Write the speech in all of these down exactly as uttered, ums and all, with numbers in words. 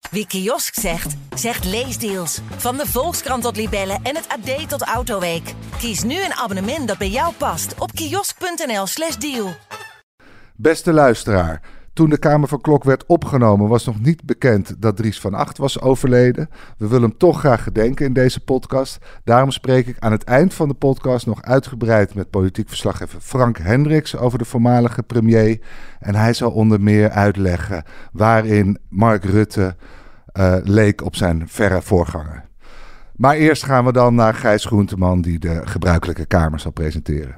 Wie kiosk zegt, zegt leesdeals. Van de Volkskrant tot Libellen en het A D tot Autoweek. Kies nu een abonnement dat bij jou past op kiosk.nl slash deal. Beste luisteraar, toen de Kamer van Klok werd opgenomen was nog niet bekend dat Dries van Agt was overleden. We willen hem toch graag gedenken in deze podcast. Daarom spreek ik aan het eind van de podcast nog uitgebreid met politiek verslaggever Frank Hendricks over de voormalige premier. En hij zal onder meer uitleggen waarin Mark Rutte uh, leek op zijn verre voorganger. Maar eerst gaan we dan naar Gijs Groenteman die de gebruikelijke Kamer zal presenteren.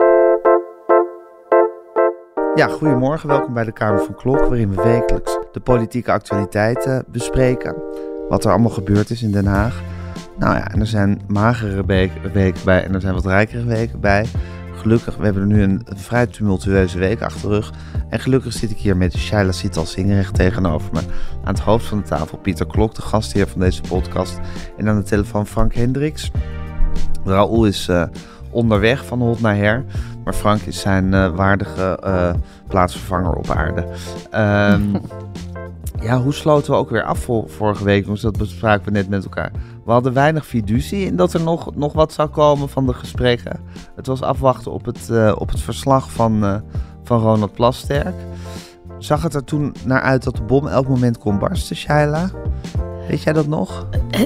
Ja, goedemorgen. Welkom bij de Kamer van Klok, waarin we wekelijks de politieke actualiteiten bespreken. Wat er allemaal gebeurd is in Den Haag. Nou ja, en er zijn magere weken bij en er zijn wat rijkere weken bij. Gelukkig, we hebben er nu een, een vrij tumultueuze week achter de rug. En gelukkig zit ik hier met Shaila Sital-Singh tegenover me. Aan het hoofd van de tafel Pieter Klok, de gastheer van deze podcast. En aan de telefoon Frank Hendricks. Raoul is uh, onderweg van hot naar her. Maar Frank is zijn uh, waardige uh, plaatsvervanger op aarde. Um, ja, hoe sloten we ook weer af voor, vorige week? Dus dat bespraken we net met elkaar. We hadden weinig fiducie in dat er nog, nog wat zou komen van de gesprekken. Het was afwachten op het, uh, op het verslag van, uh, van Ronald Plasterk. Zag het er toen naar uit dat de bom elk moment kon barsten, Shaila? Weet jij dat nog?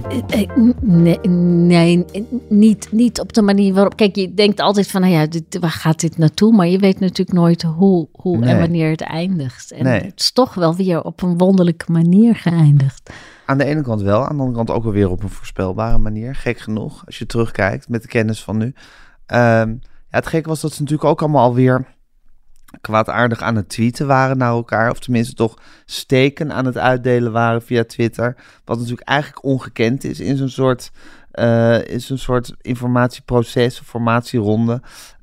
Nee, nee niet, niet op de manier waarop... Kijk, je denkt altijd van, nou ja, dit, waar gaat dit naartoe? Maar je weet natuurlijk nooit hoe, hoe nee. en wanneer het eindigt. En nee. het is toch wel weer op een wonderlijke manier geëindigd. Aan de ene kant wel, aan de andere kant ook wel weer op een voorspelbare manier. Gek genoeg, als je terugkijkt met de kennis van nu. Um, ja, het gekke was dat ze natuurlijk ook allemaal alweer kwaadaardig aan het tweeten waren naar elkaar. Of tenminste toch steken aan het uitdelen waren via Twitter. Wat natuurlijk eigenlijk ongekend is in zo'n soort, uh, in zo'n soort informatieproces, formatieronde.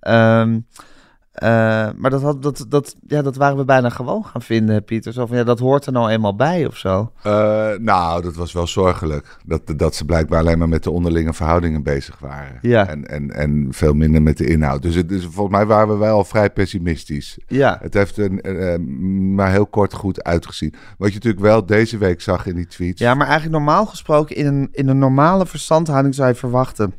Um, Uh, maar dat, had, dat, dat, ja, dat waren we bijna gewoon gaan vinden, Pieter. Zo van, ja, dat hoort er nou eenmaal bij of zo. Uh, nou, dat was wel zorgelijk. Dat, dat ze blijkbaar alleen maar met de onderlinge verhoudingen bezig waren. Ja. En, en, en veel minder met de inhoud. Dus, het, dus volgens mij waren we wel al vrij pessimistisch. Ja. Het heeft een, uh, maar heel kort goed uitgezien. Wat je natuurlijk wel deze week zag in die tweets. Ja, maar eigenlijk normaal gesproken in een, in een normale verstandhouding zou je verwachten.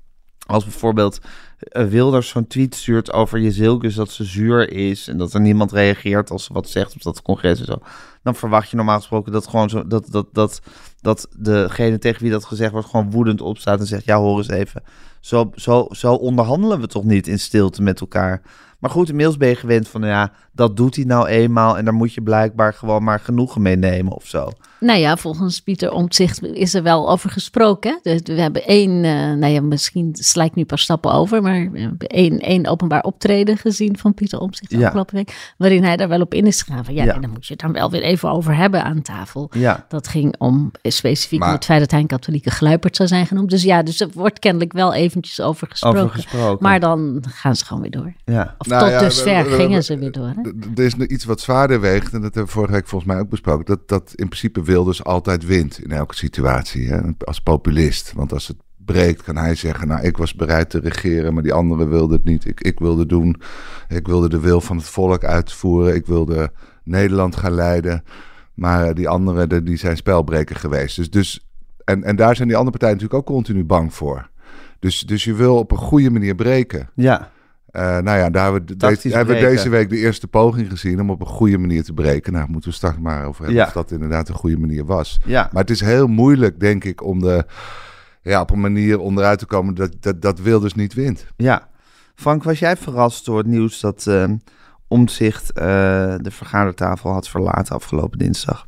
Als bijvoorbeeld uh, Wilders zo'n tweet stuurt over Jezilgus dat ze zuur is en dat er niemand reageert als ze wat zegt op dat congres en zo. Dan verwacht je normaal gesproken dat gewoon zo dat, dat, dat, dat degene tegen wie dat gezegd wordt gewoon woedend opstaat en zegt, ja, hoor eens even. Zo, zo, zo onderhandelen we toch niet in stilte met elkaar. Maar goed, inmiddels ben je gewend van, ja, dat doet hij nou eenmaal en daar moet je blijkbaar gewoon maar genoegen mee nemen of zo. Nou ja, volgens Pieter Omtzigt is er wel over gesproken. Hè? We hebben één, uh, nou ja, misschien slijkt nu pas stappen over, maar we hebben één, één openbaar optreden gezien van Pieter Omtzigt de ja. afgelopen week, waarin hij daar wel op in is gegaan. Ja, ja. En dan moet je het dan wel weer even over hebben aan tafel. Ja. Dat ging om specifiek maar, om het feit dat hij een katholieke gluiperd zou zijn genoemd. Dus ja, dus er wordt kennelijk wel eventjes over gesproken. Over gesproken. Maar dan gaan ze gewoon weer door. Ja. Of nou tot ja, dusver we, we, gingen we, ze weer door. Hè? Er is nog iets wat zwaarder weegt, en dat hebben we vorige week volgens mij ook besproken, dat, dat in principe Wilders altijd wint in elke situatie, hè? Als populist. Want als het breekt, kan hij zeggen, nou, ik was bereid te regeren, maar die anderen wilden het niet. Ik, ik wilde doen, ik wilde de wil van het volk uitvoeren, ik wilde Nederland gaan leiden, maar die anderen, die zijn spelbreker geweest. Dus, dus, en, en daar zijn die andere partijen natuurlijk ook continu bang voor. Dus, dus je wil op een goede manier breken. Ja. Uh, nou ja, daar hebben we, de, hebben we deze week de eerste poging gezien om op een goede manier te breken. Nou, moeten we straks maar over hebben ja. of dat inderdaad een goede manier was. Ja. Maar het is heel moeilijk, denk ik, om de, ja, op een manier onderuit te komen dat, dat, dat Wilders niet wint. Ja. Frank, was jij verrast door het nieuws dat uh, Omtzigt uh, de vergadertafel had verlaten afgelopen dinsdag?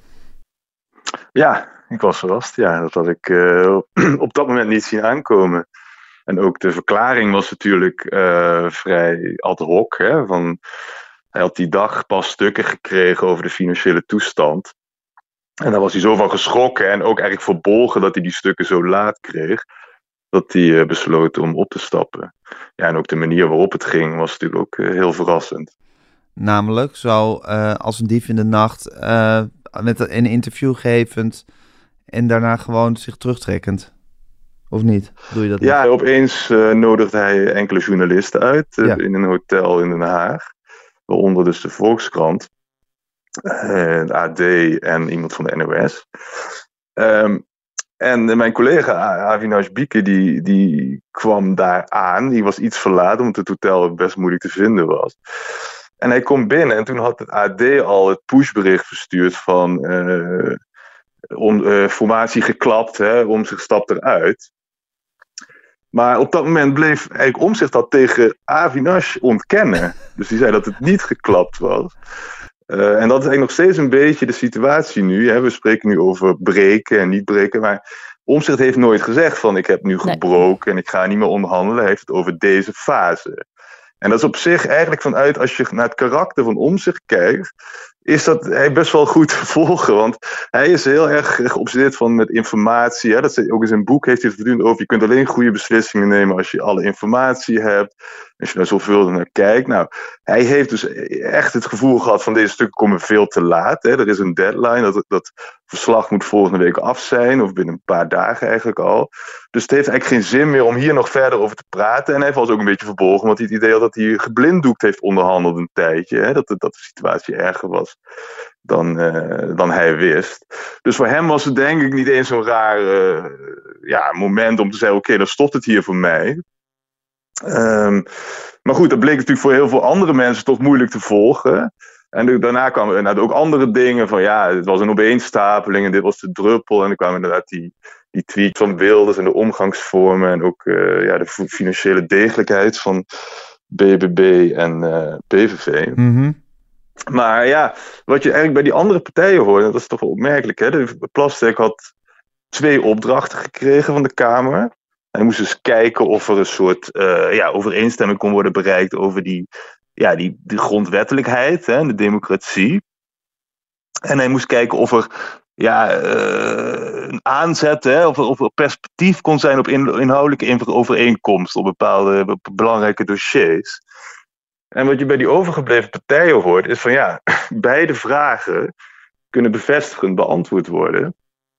Ja, ik was verrast. Ja, dat had ik uh, op dat moment niet zien aankomen. En ook de verklaring was natuurlijk uh, vrij ad hoc. Hè, van, hij had die dag pas stukken gekregen over de financiële toestand. En daar was hij zo van geschrokken en ook eigenlijk verbolgen dat hij die stukken zo laat kreeg. Dat hij uh, besloot om op te stappen. Ja, en ook de manier waarop het ging was natuurlijk ook uh, heel verrassend. Namelijk, zo uh, als een dief in de nacht, uh, met een interview gevend en daarna gewoon zich terugtrekkend. Of niet? Doe je dat ja, niet? opeens uh, nodigde hij enkele journalisten uit uh, ja. in een hotel in Den Haag. Waaronder dus de Volkskrant. uh, het A D en iemand van de N O S. Um, en uh, mijn collega Avinash Bieke, die, die kwam daar aan. Die was iets verlaten, omdat het hotel best moeilijk te vinden was. En hij komt binnen en toen had het A D al het pushbericht verstuurd van uh, om, uh, formatie geklapt, hè, Omtzigt stapt eruit. Maar op dat moment bleef eigenlijk Omtzigt dat tegen Avinash ontkennen. Dus die zei dat het niet geklapt was. Uh, en dat is eigenlijk nog steeds een beetje de situatie nu. Hè. We spreken nu over breken en niet breken. Maar Omtzigt heeft nooit gezegd van ik heb nu gebroken nee. en ik ga niet meer onderhandelen. Hij heeft het over deze fase. En dat is op zich eigenlijk vanuit, als je naar het karakter van Omtzigt kijkt, is dat hij best wel goed te volgen. Want hij is heel erg geobsedeerd van met informatie. Hè. Dat is, ook in zijn boek heeft hij het voortdurend over. Je kunt alleen goede beslissingen nemen als je alle informatie hebt. Als je daar zoveel naar kijkt. Nou, hij heeft dus echt het gevoel gehad van deze stukken komen veel te laat. Hè. Er is een deadline. Dat, dat verslag moet volgende week af zijn. Of binnen een paar dagen eigenlijk al. Dus het heeft eigenlijk geen zin meer om hier nog verder over te praten. En hij was ook een beetje verbolgen. Want hij het idee had dat hij geblinddoekt heeft onderhandeld een tijdje. Hè. Dat, dat de situatie erger was dan, uh, dan hij wist. Dus voor hem was het denk ik niet eens zo'n raar uh, ja, moment om te zeggen, oké, okay, dan stopt het hier voor mij. Um, maar goed, dat bleek natuurlijk voor heel veel andere mensen toch moeilijk te volgen. En daarna kwamen inderdaad ook andere dingen van ja, het was een opeenstapeling en dit was de druppel. En er kwamen inderdaad die, die tweets van Wilders en de omgangsvormen en ook uh, ja, de financiële degelijkheid van B B B en uh, P V V. Mm-hmm. Maar ja, wat je eigenlijk bij die andere partijen hoort, dat is toch wel opmerkelijk. Hè? De Plasterk had twee opdrachten gekregen van de Kamer. Hij moest dus kijken of er een soort uh, ja, overeenstemming kon worden bereikt over die, ja, die, die grondwettelijkheid hè, en de democratie. En hij moest kijken of er ja, uh, een aanzet, hè, of, er, of er perspectief kon zijn op in, inhoudelijke overeenkomst op bepaalde op belangrijke dossiers. En wat je bij die overgebleven partijen hoort, is van ja, beide vragen kunnen bevestigend beantwoord worden,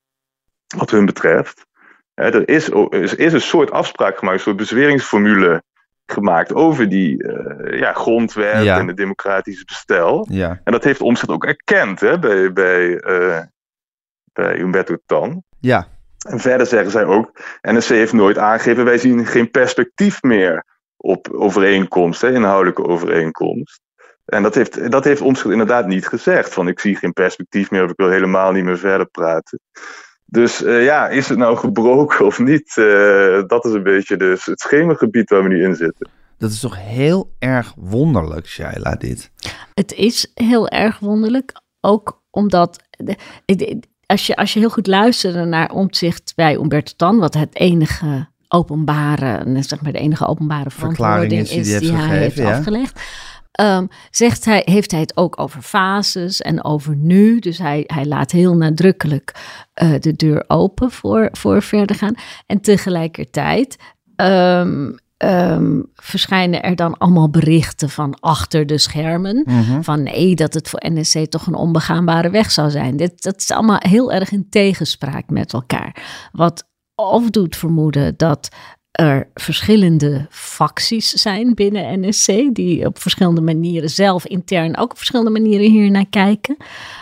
wat hun betreft. He, er is, er is een soort afspraak gemaakt, een soort bezweringsformule gemaakt over die uh, ja, grondwet ja. en het democratische bestel. Ja. En dat heeft Omtzigt ook erkend hè, bij, bij, uh, bij Humberto Tan. Ja. En verder zeggen zij ook, N S C heeft nooit aangegeven, wij zien geen perspectief meer op overeenkomst, hè, inhoudelijke overeenkomst. En dat heeft, dat heeft Omtzigt inderdaad niet gezegd, van ik zie geen perspectief meer of ik wil helemaal niet meer verder praten. Dus uh, ja, is het nou gebroken of niet? Uh, dat is een beetje dus het schemergebied waar we nu in zitten. Dat is toch heel erg wonderlijk, Shaila, dit? Het is heel erg wonderlijk, ook omdat de, de, als, je, als je heel goed luisterde naar Omtzigt bij Humberto Tan, wat het enige openbare, zeg maar de enige openbare verantwoording is die, is die hij gegeven, heeft ja. afgelegd. Um, zegt hij, heeft hij het ook over fases en over nu. Dus hij, hij laat heel nadrukkelijk uh, de deur open voor, voor verder gaan. En tegelijkertijd um, um, verschijnen er dan allemaal berichten van achter de schermen. Mm-hmm. Van nee, dat het voor N S C toch een onbegaanbare weg zou zijn. Dit, dat is allemaal heel erg in tegenspraak met elkaar. Wat of doet vermoeden dat er verschillende facties zijn binnen N S C, die op verschillende manieren zelf intern ook op verschillende manieren hier naar kijken.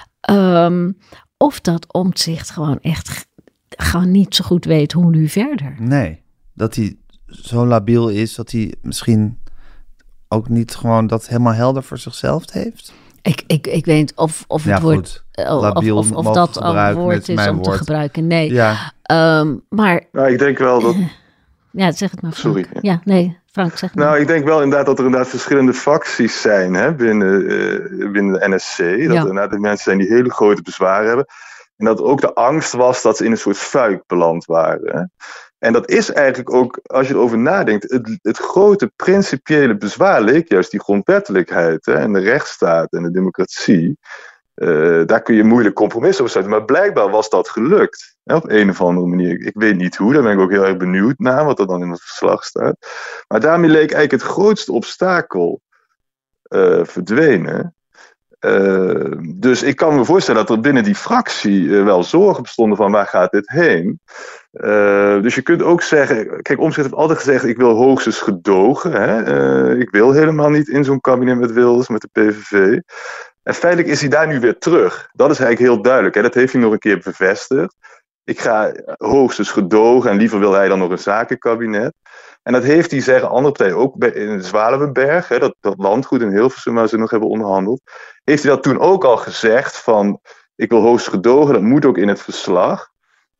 Um, of dat Omtzigt gewoon echt gewoon niet zo goed weet hoe nu verder. Nee, dat hij zo labiel is dat hij misschien ook niet gewoon dat helemaal helder voor zichzelf heeft. Ik, ik, ik weet niet of, of het ja, woord, labiel, of, of, of dat een woord is om woord. te gebruiken. Nee, ja. um, maar... Nou, ik denk wel dat... Ja, zeg het maar, Frank. Sorry. Ja, nee, Frank, zeg het nou, maar. ik denk wel inderdaad dat er inderdaad verschillende facties zijn hè, binnen, uh, binnen de N S C. Dat ja. er inderdaad mensen zijn die hele grote bezwaren hebben. En dat ook de angst was dat ze in een soort fuik beland waren. Hè. En dat is eigenlijk ook, als je erover nadenkt, het, het grote principiële bezwaar leek juist die grondwettelijkheid hè, en de rechtsstaat en de democratie. Uh, daar kun je moeilijk compromissen over sluiten. Maar blijkbaar was dat gelukt. Hè, op een of andere manier. Ik weet niet hoe, daar ben ik ook heel erg benieuwd naar, wat er dan in het verslag staat. Maar daarmee leek eigenlijk het grootste obstakel uh, verdwenen. Uh, dus ik kan me voorstellen dat er binnen die fractie uh, wel zorgen bestonden van waar gaat dit heen. Uh, dus je kunt ook zeggen, kijk, Omtzigt heeft altijd gezegd, ik wil hoogstens gedogen. Hè? Uh, ik wil helemaal niet in zo'n kabinet met Wilders, met de P V V. En feitelijk is hij daar nu weer terug. Dat is eigenlijk heel duidelijk. Hè? Dat heeft hij nog een keer bevestigd. Ik ga hoogstens gedogen en liever wil hij dan nog een zakenkabinet. En dat heeft hij, zeggen andere partijen, ook bij, in Zwaluwenberg, hè, dat, dat landgoed in Hilversum waar ze nog hebben onderhandeld, heeft hij dat toen ook al gezegd van, ik wil hoogstens gedogen, dat moet ook in het verslag.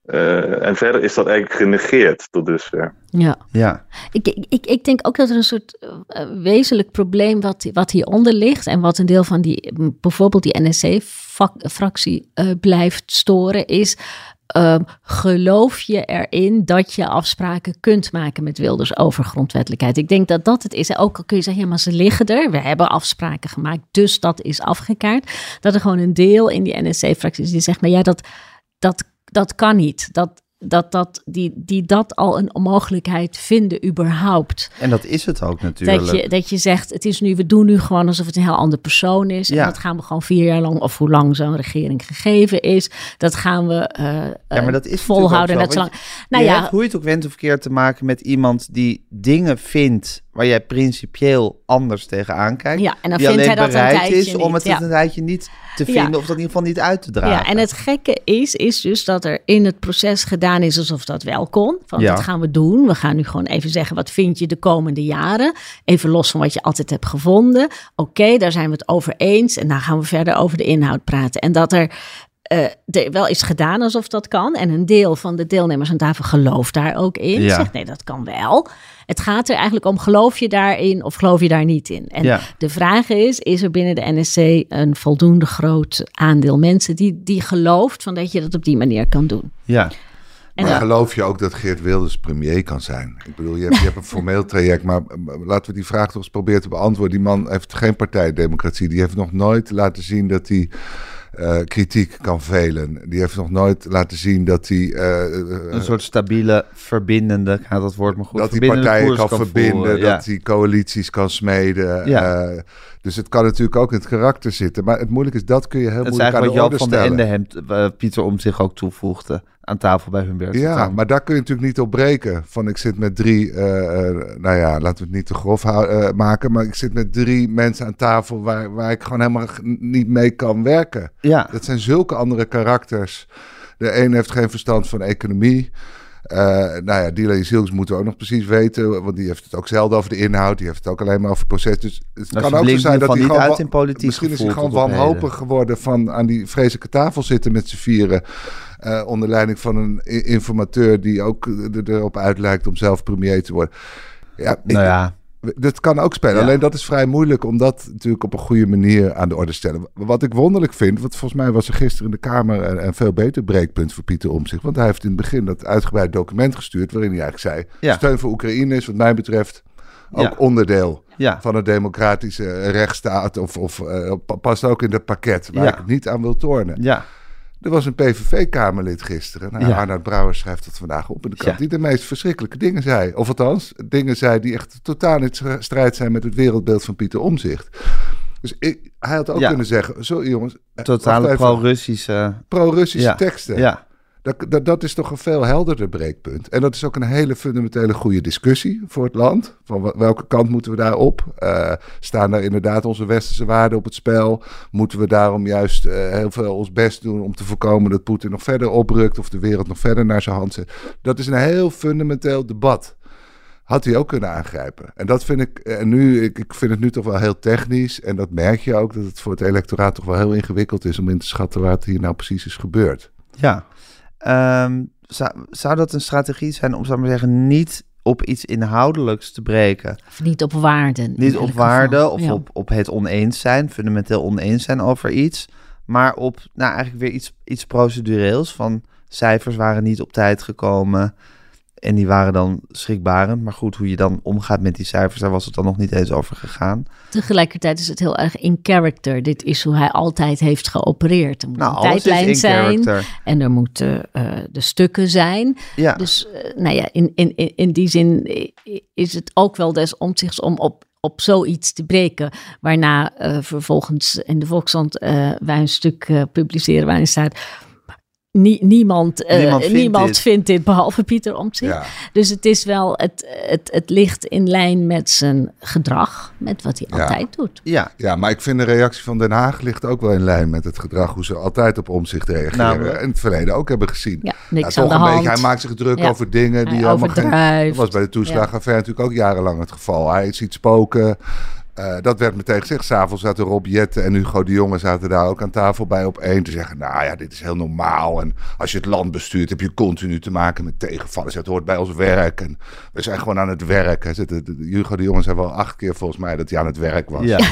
Uh, en verder is dat eigenlijk genegeerd tot dusver. Ja, ja. Ik, ik, ik denk ook dat er een soort uh, wezenlijk probleem wat, wat hieronder ligt en wat een deel van die, bijvoorbeeld die N S C-fractie uh, blijft storen, is Um, geloof je erin dat je afspraken kunt maken met Wilders over grondwettelijkheid? Ik denk dat dat het is. Ook al kun je zeggen, ja, maar ze liggen er. We hebben afspraken gemaakt, dus dat is afgekaart. Dat er gewoon een deel in die N S C-fractie is die zegt, maar ja, dat, dat, dat kan niet. Dat, dat, dat, die, die dat al een onmogelijkheid vinden überhaupt. En dat is het ook natuurlijk. Dat je, dat je zegt, het is nu, we doen nu gewoon alsof het een heel andere persoon is. Ja. En dat gaan we gewoon vier jaar lang, of hoe lang zo'n regering gegeven is. Dat gaan we uh, ja, maar dat is volhouden. Net zo lang. Nou je ja, hebt, hoe je het ook went of keert, te maken met iemand die dingen vindt waar jij principieel anders tegenaan kijkt. Ja, en dan die vindt alleen hij dat bereid een tijdje is om niet, het ja. een tijdje niet te vinden, Ja. of dat in ieder geval niet uit te dragen. Ja, en het gekke is, is dus dat er in het proces gedaan is alsof dat wel kon. Want Ja. dat gaan we doen. We gaan nu gewoon even zeggen, wat vind je de komende jaren? Even los van wat je altijd hebt gevonden. Oké, okay, daar zijn we het over eens. En dan gaan we verder over de inhoud praten. En dat er Uh, er wel is gedaan alsof dat kan. En een deel van de deelnemers aan tafel gelooft daar ook in. Ja. Zegt nee, dat kan wel. Het gaat er eigenlijk om, geloof je daarin of geloof je daar niet in? En ja. de vraag is, is er binnen de N S C een voldoende groot aandeel mensen die, die gelooft van dat je dat op die manier kan doen? Ja. En maar ja. geloof je ook dat Geert Wilders premier kan zijn? Ik bedoel, je hebt, je hebt een formeel traject, maar laten we die vraag toch eens proberen te beantwoorden. Die man heeft geen partijdemocratie. Die heeft nog nooit laten zien dat hij Uh, kritiek kan velen. Die heeft nog nooit laten zien dat hij Uh, uh, een soort stabiele, verbindende, ik haal dat woord maar goed, dat hij partijen kan, kan verbinden, voeren, ja. dat hij coalities kan smeden. Ja. Uh, dus het kan natuurlijk ook in het karakter zitten. Maar het moeilijke is, dat kun je heel het moeilijk aan de orde orde stellen. Het is eigenlijk wat Joop van de Ende hem, uh, Pieter Omtzigt ook toevoegde aan tafel bij Humbert. Ja, maar daar kun je natuurlijk niet op breken. Van ik zit met drie, uh, uh, nou ja, laten we het niet te grof uh, maken, maar ik zit met drie mensen aan tafel waar, waar ik gewoon helemaal niet mee kan werken. Ja. Dat zijn zulke andere karakters. De een heeft geen verstand van economie. Uh, nou ja, Dylan Ziels moeten we ook nog precies weten, want die heeft het ook zelden over de inhoud, die heeft het ook alleen maar over het proces. Dus het nou, kan ook zo zijn dat hij gewoon, uit in politiek misschien is hij gewoon wanhopig geworden van aan die vreselijke tafel zitten met z'n vieren. Uh, onder leiding van een informateur die ook erop uit lijkt om zelf premier te worden. Ja, nou ja. Ik, dat kan ook spelen. Ja. Alleen dat is vrij moeilijk om dat natuurlijk op een goede manier aan de orde te stellen. Wat ik wonderlijk vind, want volgens mij was er gisteren in de Kamer een, een veel beter breekpunt voor Pieter Omtzigt. Want hij heeft in het begin dat uitgebreid document gestuurd waarin hij eigenlijk zei, ja. steun voor Oekraïne is wat mij betreft ook ja. onderdeel ja. van een democratische rechtsstaat of, of uh, past ook in het pakket waar ja. ik niet aan wil tornen. Ja. Er was een P V V-Kamerlid gisteren. Nou, ja. Arnoud Brouwer schrijft dat vandaag op in de krant. Ja. Die de meest verschrikkelijke dingen zei. Of althans, dingen zei die echt totaal in strijd zijn met het wereldbeeld van Pieter Omtzigt. Dus ik, hij had ook ja. kunnen zeggen, zo jongens. Totale pro-Russische. Pro-Russische ja. teksten. Ja. Dat, dat, dat is toch een veel helderder breekpunt. En dat is ook een hele fundamentele goede discussie voor het land. Van welke kant moeten we daar op? Uh, staan daar inderdaad onze westerse waarden op het spel? Moeten we daarom juist uh, heel veel ons best doen om te voorkomen dat Poetin nog verder oprukt of de wereld nog verder naar zijn hand zet? Dat is een heel fundamenteel debat. Had hij ook kunnen aangrijpen. En dat vind ik, en nu, ik, ik vind het nu toch wel heel technisch. En dat merk je ook, dat het voor het electoraat toch wel heel ingewikkeld is om in te schatten waar het hier nou precies is gebeurd. Ja. Um, zou, zou dat een strategie zijn om, zou maar zeggen, niet op iets inhoudelijks te breken? Of niet op waarden. Niet op waarden of ja. op, op het oneens zijn, fundamenteel oneens zijn over iets. Maar op, nou eigenlijk weer iets, iets procedureels van cijfers waren niet op tijd gekomen. En die waren dan schrikbarend. Maar goed, hoe je dan omgaat met die cijfers, daar was het dan nog niet eens over gegaan. Tegelijkertijd is het heel erg in character. Dit is hoe hij altijd heeft geopereerd. Er moet nou, een tijdlijn zijn. Character. En er moeten uh, de stukken zijn. Ja. Dus uh, nou ja, in, in, in die zin is het ook wel des omzichts om op, op zoiets te breken. Waarna uh, vervolgens in de Volkskrant uh, wij een stuk uh, publiceren waarin staat: Nie, niemand uh, niemand, vindt, niemand dit. vindt dit behalve Pieter Omtzigt. Ja. Dus het is wel, het, het, het ligt in lijn met zijn gedrag, met wat hij ja. altijd doet. Ja. ja, maar ik vind de reactie van Den Haag ligt ook wel in lijn met het gedrag, hoe ze altijd op Omtzigt reageren. Nou, en het verleden ook hebben gezien. Ja, niks ja, aan toch de een hand. beetje, hij maakt zich druk ja. over dingen die hij helemaal geen... Dat was bij de toeslagenaffaire ja. natuurlijk ook jarenlang het geval. Hij ziet spoken. Uh, dat werd meteen gezegd. S'avonds zaten Rob Jetten en Hugo de Jonge zaten daar ook aan tafel bij op één te zeggen, nou ja, dit is heel normaal. En als je het land bestuurt, heb je continu te maken met tegenvallers. Het hoort bij ons werk. En we zijn gewoon aan het werk. Hugo de Jonge zei wel acht keer volgens mij dat hij aan het werk was. Ja,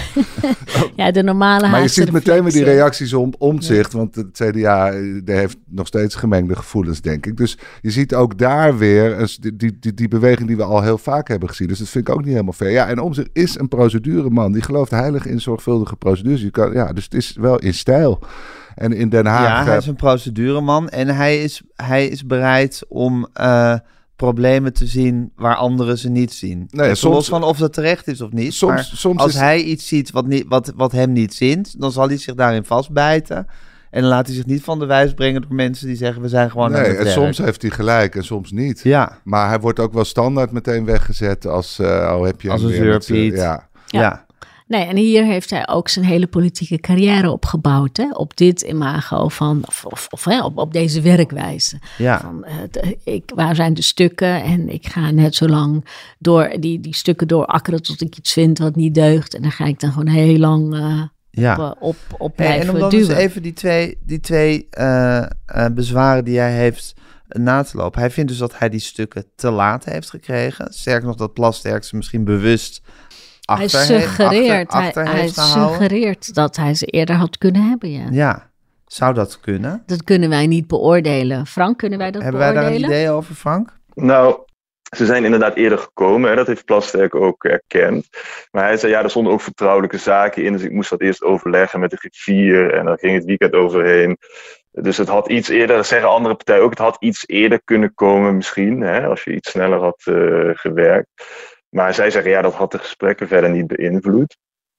ja de normale Maar je ziet meteen met die reacties om Omtzigt, ja. want het C D A heeft nog steeds gemengde gevoelens, denk ik. Dus je ziet ook daar weer die, die, die, die beweging die we al heel vaak hebben gezien. Dus dat vind ik ook niet helemaal fair. Ja, en Omtzigt is een procedure man, die gelooft heilig in zorgvuldige procedures. Je kan, ja, dus het is wel in stijl. En in Den Haag... Ja, hij is een procedureman en hij is, hij is bereid om uh, problemen te zien waar anderen ze niet zien. Nee, dus soms, los van of dat terecht is of niet. Soms, maar soms als is... hij iets ziet wat, niet, wat, wat hem niet zint, dan zal hij zich daarin vastbijten. En dan laat hij zich niet van de wijs brengen door mensen die zeggen, we zijn gewoon nee, aan het en werk. Soms heeft hij gelijk en soms niet. Ja. Maar hij wordt ook wel standaard meteen weggezet als... Uh, oh, heb je als een zeurpiet. Uh, ja. Ja. ja. Nee, en hier heeft hij ook zijn hele politieke carrière opgebouwd. Hè? Op dit imago van, of, of, of hè, op, op deze werkwijze. Ja. Van, uh, de, ik, waar zijn de stukken? En ik ga net zo lang door die, die stukken doorakkeren tot ik iets vind wat niet deugt. En dan ga ik dan gewoon heel lang uh, ja. op, op, op blijven hey, en om dan duwen. dus even die twee, die twee uh, uh, bezwaren die hij heeft na te lopen. Hij vindt dus dat hij die stukken te laat heeft gekregen. Sterker nog, dat Plasterk ze misschien bewust... Achter hij suggereert, achter, achter hij, hij suggereert dat hij ze eerder had kunnen hebben, ja. Ja, zou dat kunnen? Dat kunnen wij niet beoordelen. Frank, kunnen wij dat Hebben beoordelen? Hebben wij daar een idee over, Frank? Nou, ze zijn inderdaad eerder gekomen. Hè? Dat heeft Plasterk ook erkend. Maar hij zei, ja, er stonden ook vertrouwelijke zaken in. Dus ik moest dat eerst overleggen met de griffier. En dan ging het weekend overheen. Dus het had iets eerder, dat zeggen andere partijen ook, het had iets eerder kunnen komen misschien. Hè? Als je iets sneller had uh, gewerkt. Maar zij zeggen, ja, dat had de gesprekken verder niet beïnvloed.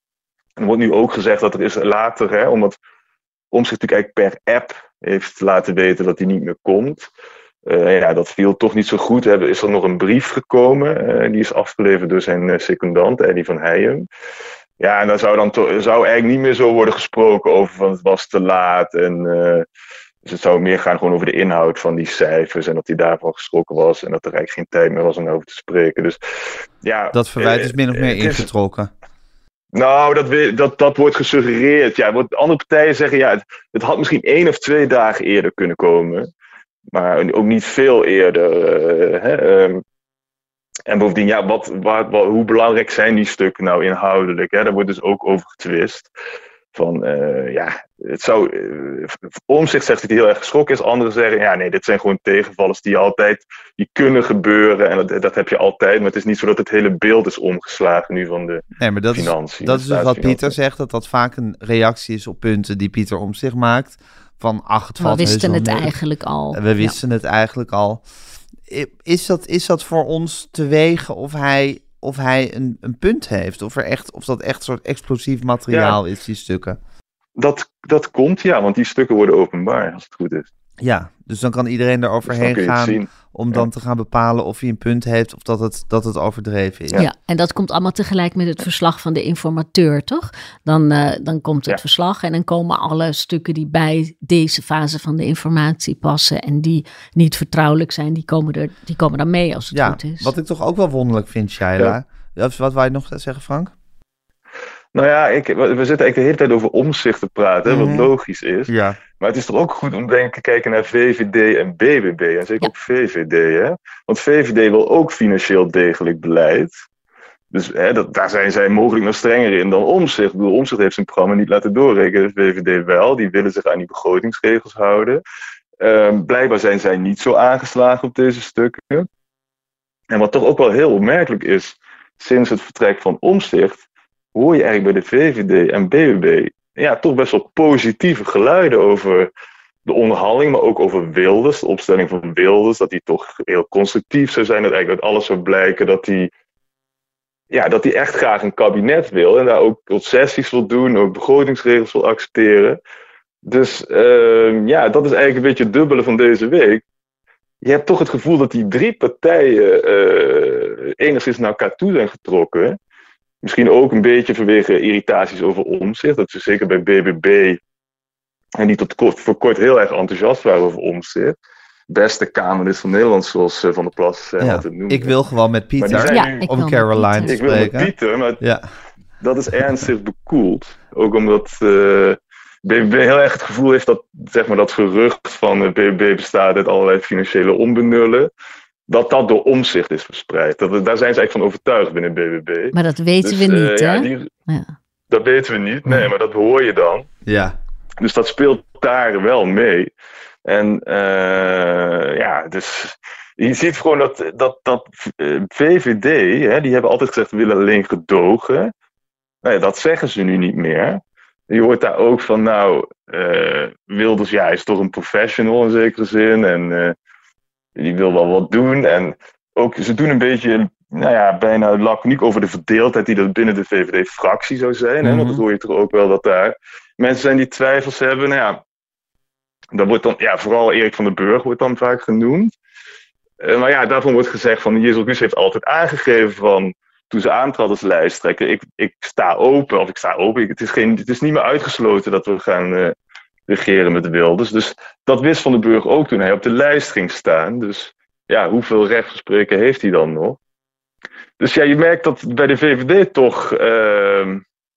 En er wordt nu ook gezegd dat er is later, hè, omdat Omtzigt natuurlijk eigenlijk per app heeft laten weten dat hij niet meer komt. Uh, ja, dat viel toch niet zo goed. Er is er nog een brief gekomen, uh, die is afgeleverd door zijn uh, secondant, Eddie van Heijem. Ja, en dan zou dan to- zou eigenlijk niet meer zo worden gesproken over van het was te laat en... Uh, Dus het zou meer gaan gewoon over de inhoud van die cijfers en dat hij daarvan geschrokken was en dat er eigenlijk geen tijd meer was om over te spreken. Dus, ja, dat verwijt is min of meer ingetrokken. Nou, dat, dat, dat wordt gesuggereerd. Ja, wat andere partijen zeggen, ja, het, het had misschien één of twee dagen eerder kunnen komen. Maar ook niet veel eerder. Uh, hè, um, en bovendien, ja, wat, wat, wat, hoe belangrijk zijn die stukken nou inhoudelijk? Hè? Daar wordt dus ook over getwist. Van, uh, ja, het zou... Uh, Omtzigt zegt dat hij heel erg geschrokken is. Anderen zeggen, ja, nee, dit zijn gewoon tegenvallers die altijd... die kunnen gebeuren en dat, dat heb je altijd. Maar het is niet zo dat het hele beeld is omgeslagen nu van de nee, maar dat financiën. Is, dat is dus wat Pieter zegt, dat dat vaak een reactie is op punten die Pieter Omtzigt maakt. Van, ach, het valt We wisten het mee. eigenlijk al. We wisten ja. het eigenlijk al. Is dat, is dat voor ons te wegen of hij... of hij een, een punt heeft, of, er echt, of dat echt een soort explosief materiaal ja, is, die stukken. Dat, dat komt, ja, want die stukken worden openbaar, als het goed is. Ja, dus dan kan iedereen er overheen dus gaan om dan ja. te gaan bepalen of hij een punt heeft of dat het, dat het overdreven is. Ja. ja, en dat komt allemaal tegelijk met het verslag van de informateur, toch? Dan, uh, dan komt het ja. verslag en dan komen alle stukken die bij deze fase van de informatie passen en die niet vertrouwelijk zijn, die komen, er, die komen dan mee als het ja, goed is. Wat ik toch ook wel wonderlijk vind, Shaila. Ja. Wat wou je nog zeggen, Frank? Nou ja, ik, we zitten eigenlijk de hele tijd over Omtzigt te praten, mm-hmm. wat logisch is. Ja. Maar het is toch ook goed om te kijken naar V V D en B B B. En zeker ja. ook V V D. Hè? Want V V D wil ook financieel degelijk beleid. Dus hè, dat, daar zijn zij mogelijk nog strenger in dan Omtzigt. Ik bedoel, Omtzigt heeft zijn programma niet laten doorrekenen. V V D wel. Die willen zich aan die begrotingsregels houden. Uh, blijkbaar zijn zij niet zo aangeslagen op deze stukken. En wat toch ook wel heel opmerkelijk is, sinds het vertrek van Omtzigt, hoor je eigenlijk bij de V V D en B B B ja, toch best wel positieve geluiden over de onderhandeling, maar ook over Wilders, de opstelling van Wilders, dat die toch heel constructief zou zijn, dat eigenlijk uit alles zou blijken dat hij ja, dat hij echt graag een kabinet wil en daar ook concessies wil doen, ook begrotingsregels wil accepteren. Dus uh, ja, dat is eigenlijk een beetje het dubbele van deze week. Je hebt toch het gevoel dat die drie partijen uh, enigszins naar elkaar toe zijn getrokken. Misschien ook een beetje vanwege irritaties over Omtzigt. Dat ze zeker bij B B B en die tot kort, voor kort heel erg enthousiast waren over Omtzigt. Beste Kamerlid van Nederland, zoals uh, Van der Plas uh, ja, altijd noemde. Ik wil gewoon met Pieter ja, nu, om Caroline te Ik wil met Pieter, maar ja. dat is ernstig bekoeld. Ook omdat uh, B B B heel erg het gevoel heeft dat, zeg maar, dat gerucht van uh, B B B bestaat uit allerlei financiële onbenullen. Dat dat door Omtzigt is verspreid. Dat, daar zijn ze eigenlijk van overtuigd binnen B B B. Maar dat weten dus, we niet, uh, hè? Ja, die, ja. Dat weten we niet, nee, maar dat hoor je dan. Ja. Dus dat speelt daar wel mee. En uh, ja, dus je ziet gewoon dat, dat, dat uh, V V D, hè, die hebben altijd gezegd we willen alleen gedogen. Nou ja, dat zeggen ze nu niet meer. Je hoort daar ook van, nou, uh, Wilders, ja, hij is toch een professional in zekere zin. En uh, die wil wel wat doen. En ook, ze doen een beetje, nou ja, bijna laconiek over de verdeeldheid die er binnen de V V D-fractie zou zijn. Mm-hmm. Hè? Want dat hoor je toch ook wel dat daar mensen zijn die twijfels hebben. Nou ja, dat wordt dan, ja, vooral Erik van den Burg wordt dan vaak genoemd. Uh, maar ja, daarvan wordt gezegd van, Jezus Gus heeft altijd aangegeven van, toen ze aantrad als lijsttrekker, ik, ik sta open, of ik sta open, ik, het, is geen, het is niet meer uitgesloten dat we gaan uh, regeren met de Wilders. Dus dat wist Van den Burg ook toen hij op de lijst ging staan. Dus ja, hoeveel recht van spreken heeft hij dan nog? Dus ja, je merkt dat bij de V V D toch, uh,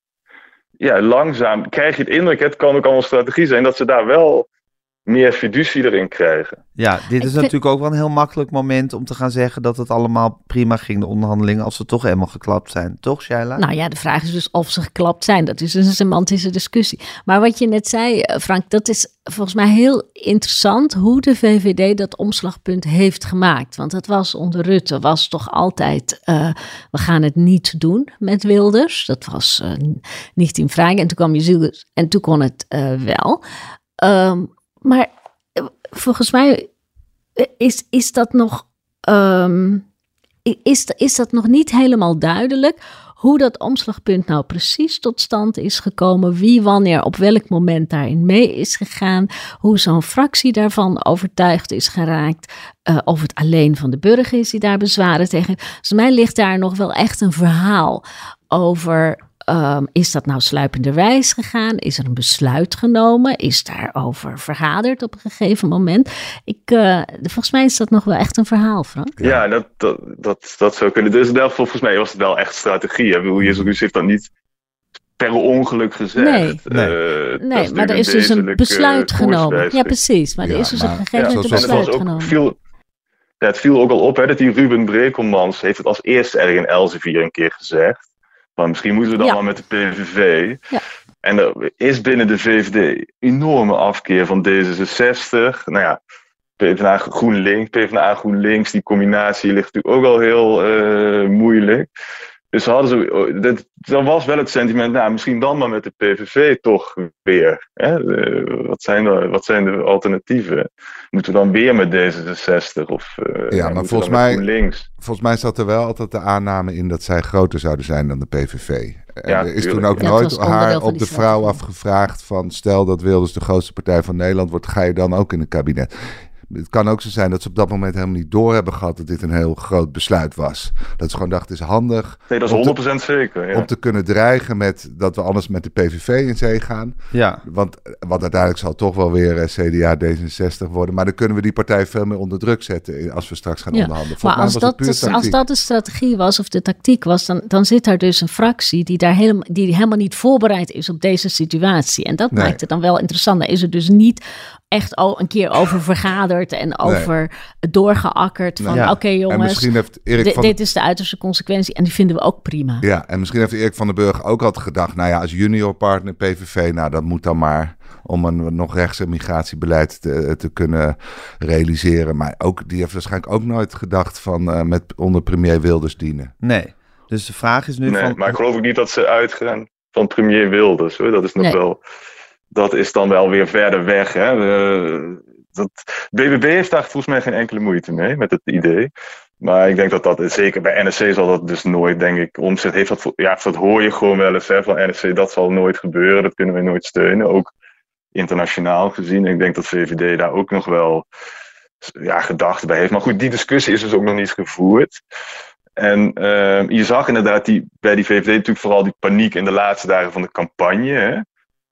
ja, langzaam krijg je het indruk, het kan ook allemaal strategie zijn, dat ze daar wel meer fiducie erin krijgen. Ja, dit is ik vind... natuurlijk ook wel een heel makkelijk moment om te gaan zeggen dat het allemaal prima ging, de onderhandelingen, als ze toch helemaal geklapt zijn. Toch, Shaila? Nou ja, de vraag is dus of ze geklapt zijn. Dat is een semantische discussie. Maar wat je net zei, Frank, dat is volgens mij heel interessant hoe de V V D dat omslagpunt heeft gemaakt. Want het was onder Rutte, was toch altijd, uh, we gaan het niet doen met Wilders. Dat was uh, niet in vraag. En toen kwam je en toen kon het uh, wel. Um, Maar volgens mij is, is dat nog um, is, is dat nog niet helemaal duidelijk hoe dat omslagpunt nou precies tot stand is gekomen, wie wanneer op welk moment daarin mee is gegaan, hoe zo'n fractie daarvan overtuigd is geraakt, uh, of het alleen Van den Burg is die daar bezwaren tegen. Volgens mij ligt daar nog wel echt een verhaal over. Um, is dat nou sluipenderwijs gegaan? Is er een besluit genomen? Is daarover vergaderd op een gegeven moment? Ik, uh, volgens mij is dat nog wel echt een verhaal, Frank. Ja, dat, dat, dat, dat zou kunnen. Dus volgens mij was het wel echt strategie. Hè? Jezus Gus heeft dat niet per ongeluk gezegd. Nee, nee. Uh, nee maar er is dus een besluit uh, genomen. Ja, precies. Maar ja, er is dus maar, op een gegeven moment ja, een besluit genomen. Viel, ja, het viel ook al op hè, dat die Ruben Brekelmans heeft het als eerste erg in Elsevier een keer gezegd. Maar misschien moeten we dan ja. wel met de P V V. Ja. En er is binnen de V V D enorme afkeer van D zesenzestig. Nou ja, PvdA GroenLinks, PvdA GroenLinks, die combinatie ligt natuurlijk ook al heel uh, moeilijk. Dus hadden ze, dat, dat was wel het sentiment, nou, misschien dan maar met de P V V toch weer. Hè? Uh, wat, zijn de, wat zijn de alternatieven? Moeten we dan weer met D zesenzestig of uh, ja, maar volgens mij, GroenLinks? Volgens mij zat er wel altijd de aanname in dat zij groter zouden zijn dan de P V V. En ja, er is toen ook ja, nooit haar op de vrouw afgevraagd van, stel dat Wilders de grootste partij van Nederland wordt, ga je dan ook in het kabinet? Het kan ook zo zijn dat ze op dat moment helemaal niet door hebben gehad dat dit een heel groot besluit was. Dat ze gewoon dachten, het is handig. Nee, dat is honderd procent te, zeker. Ja. Om te kunnen dreigen met dat we anders met de P V V in zee gaan. Ja. Want wat uiteindelijk zal toch wel weer C D A D zesenzestig worden. Maar dan kunnen we die partij veel meer onder druk zetten als we straks gaan ja. onderhandelen. Maar als dat, dus, als dat de strategie was of de tactiek was, dan, dan zit daar dus een fractie die, daar helemaal, die helemaal niet voorbereid is op deze situatie. En dat nee. maakt het dan wel interessant. Daar is het dus niet echt al een keer over vergaderd en over nee. doorgeakkerd van ja. oké okay, jongens, d- van... dit is de uiterste consequentie en die vinden we ook prima. Ja, en misschien heeft Erik van den Burg ook altijd gedacht, nou ja, als juniorpartner P V V, nou dat moet dan maar om een nog rechtse migratiebeleid te, te kunnen realiseren. Maar ook, die heeft waarschijnlijk ook nooit gedacht van uh, met onder premier Wilders dienen. Nee, dus de vraag is nu nee, van... maar ik geloof ook niet dat ze uitgaan van premier Wilders, hoor. Dat is nog nee. wel... Dat is dan wel weer verder weg. Hè? Uh, dat, B B B heeft daar volgens mij geen enkele moeite mee met het idee. Maar ik denk dat dat, zeker bij N S C zal dat dus nooit, denk ik, Omtzigt heeft dat, ja, dat hoor je gewoon wel eens hè, van N S C, dat zal nooit gebeuren, dat kunnen we nooit steunen. Ook internationaal gezien. En ik denk dat V V D daar ook nog wel ja, gedachten bij heeft. Maar goed, die discussie is dus ook nog niet gevoerd. En uh, je zag inderdaad die, bij die V V D natuurlijk vooral die paniek in de laatste dagen van de campagne. Hè?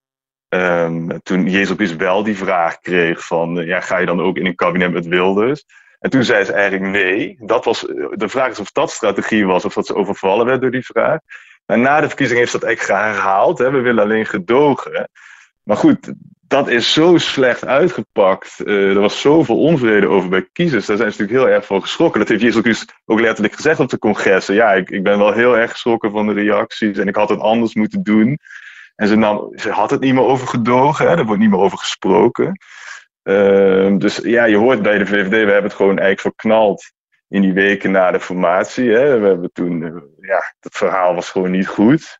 Um, toen Jezus Isbel die vraag kreeg van, uh, ja, ga je dan ook in een kabinet met Wilders? En toen zei ze eigenlijk nee. Dat was, de vraag is of dat strategie was of dat ze overvallen werd door die vraag. En na de verkiezing heeft ze dat eigenlijk herhaald. Hè? We willen alleen gedogen. Maar goed, dat is zo slecht uitgepakt. Uh, er was zoveel onvrede over bij kiezers. Daar zijn ze natuurlijk heel erg van geschrokken. Dat heeft Jezus ook letterlijk gezegd op de congressen. Ja, ik, ik ben wel heel erg geschrokken van de reacties. En ik had het anders moeten doen. En ze, nam, ze had het niet meer over gedogen. Hè? Er wordt niet meer over gesproken. Uh, dus ja, je hoort bij de V V D, we hebben het gewoon eigenlijk verknald in die weken na de formatie. Hè. We hebben toen, uh, ja, het verhaal was gewoon niet goed.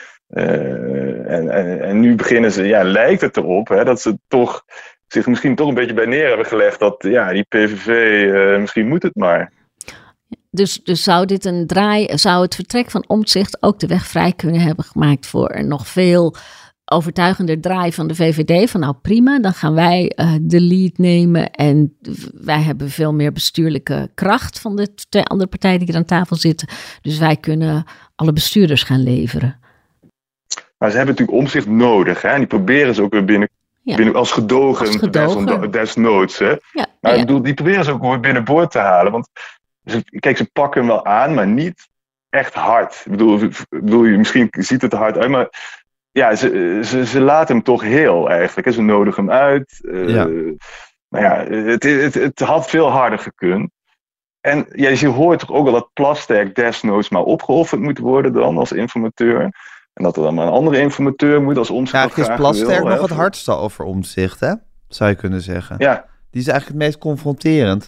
Uh, en, en, en nu beginnen ze, ja, lijkt het erop, hè, dat ze toch zich misschien toch een beetje bij neer hebben gelegd dat, ja, die P V V, uh, misschien moet het maar. Dus, dus zou dit een draai, zou het vertrek van Omtzigt ook de weg vrij kunnen hebben gemaakt voor een nog veel overtuigender draai van de V V D? Van nou prima, dan gaan wij uh, de lead nemen en wij hebben veel meer bestuurlijke kracht van de twee andere partijen die hier aan tafel zitten. Dus wij kunnen alle bestuurders gaan leveren. Maar ze hebben natuurlijk Omtzigt nodig, hè? En die proberen ze ook weer binnen, ja. binnen als gedogen, als gedogen. desnoods. Hè? Ja, maar ja. Ik bedoel, die proberen ze ook weer binnenboord te halen. Want ze, kijk, ze pakken hem wel aan, maar niet echt hard. Ik bedoel, ik bedoel, misschien ziet het er hard uit, maar ja, ze, ze, ze laten hem toch heel eigenlijk. Hè? Ze nodigen hem uit. Uh, ja. Maar ja, het, het, het had veel harder gekund. En ja, je hoort toch ook wel dat Plasterk desnoods maar opgeofferd moet worden dan als informateur. En dat er dan maar een andere informateur moet als Omtzigt. Ja, is Plasterk nog het hardste over Omtzigt, hè? Zou je kunnen zeggen. Ja. Die is eigenlijk het meest confronterend.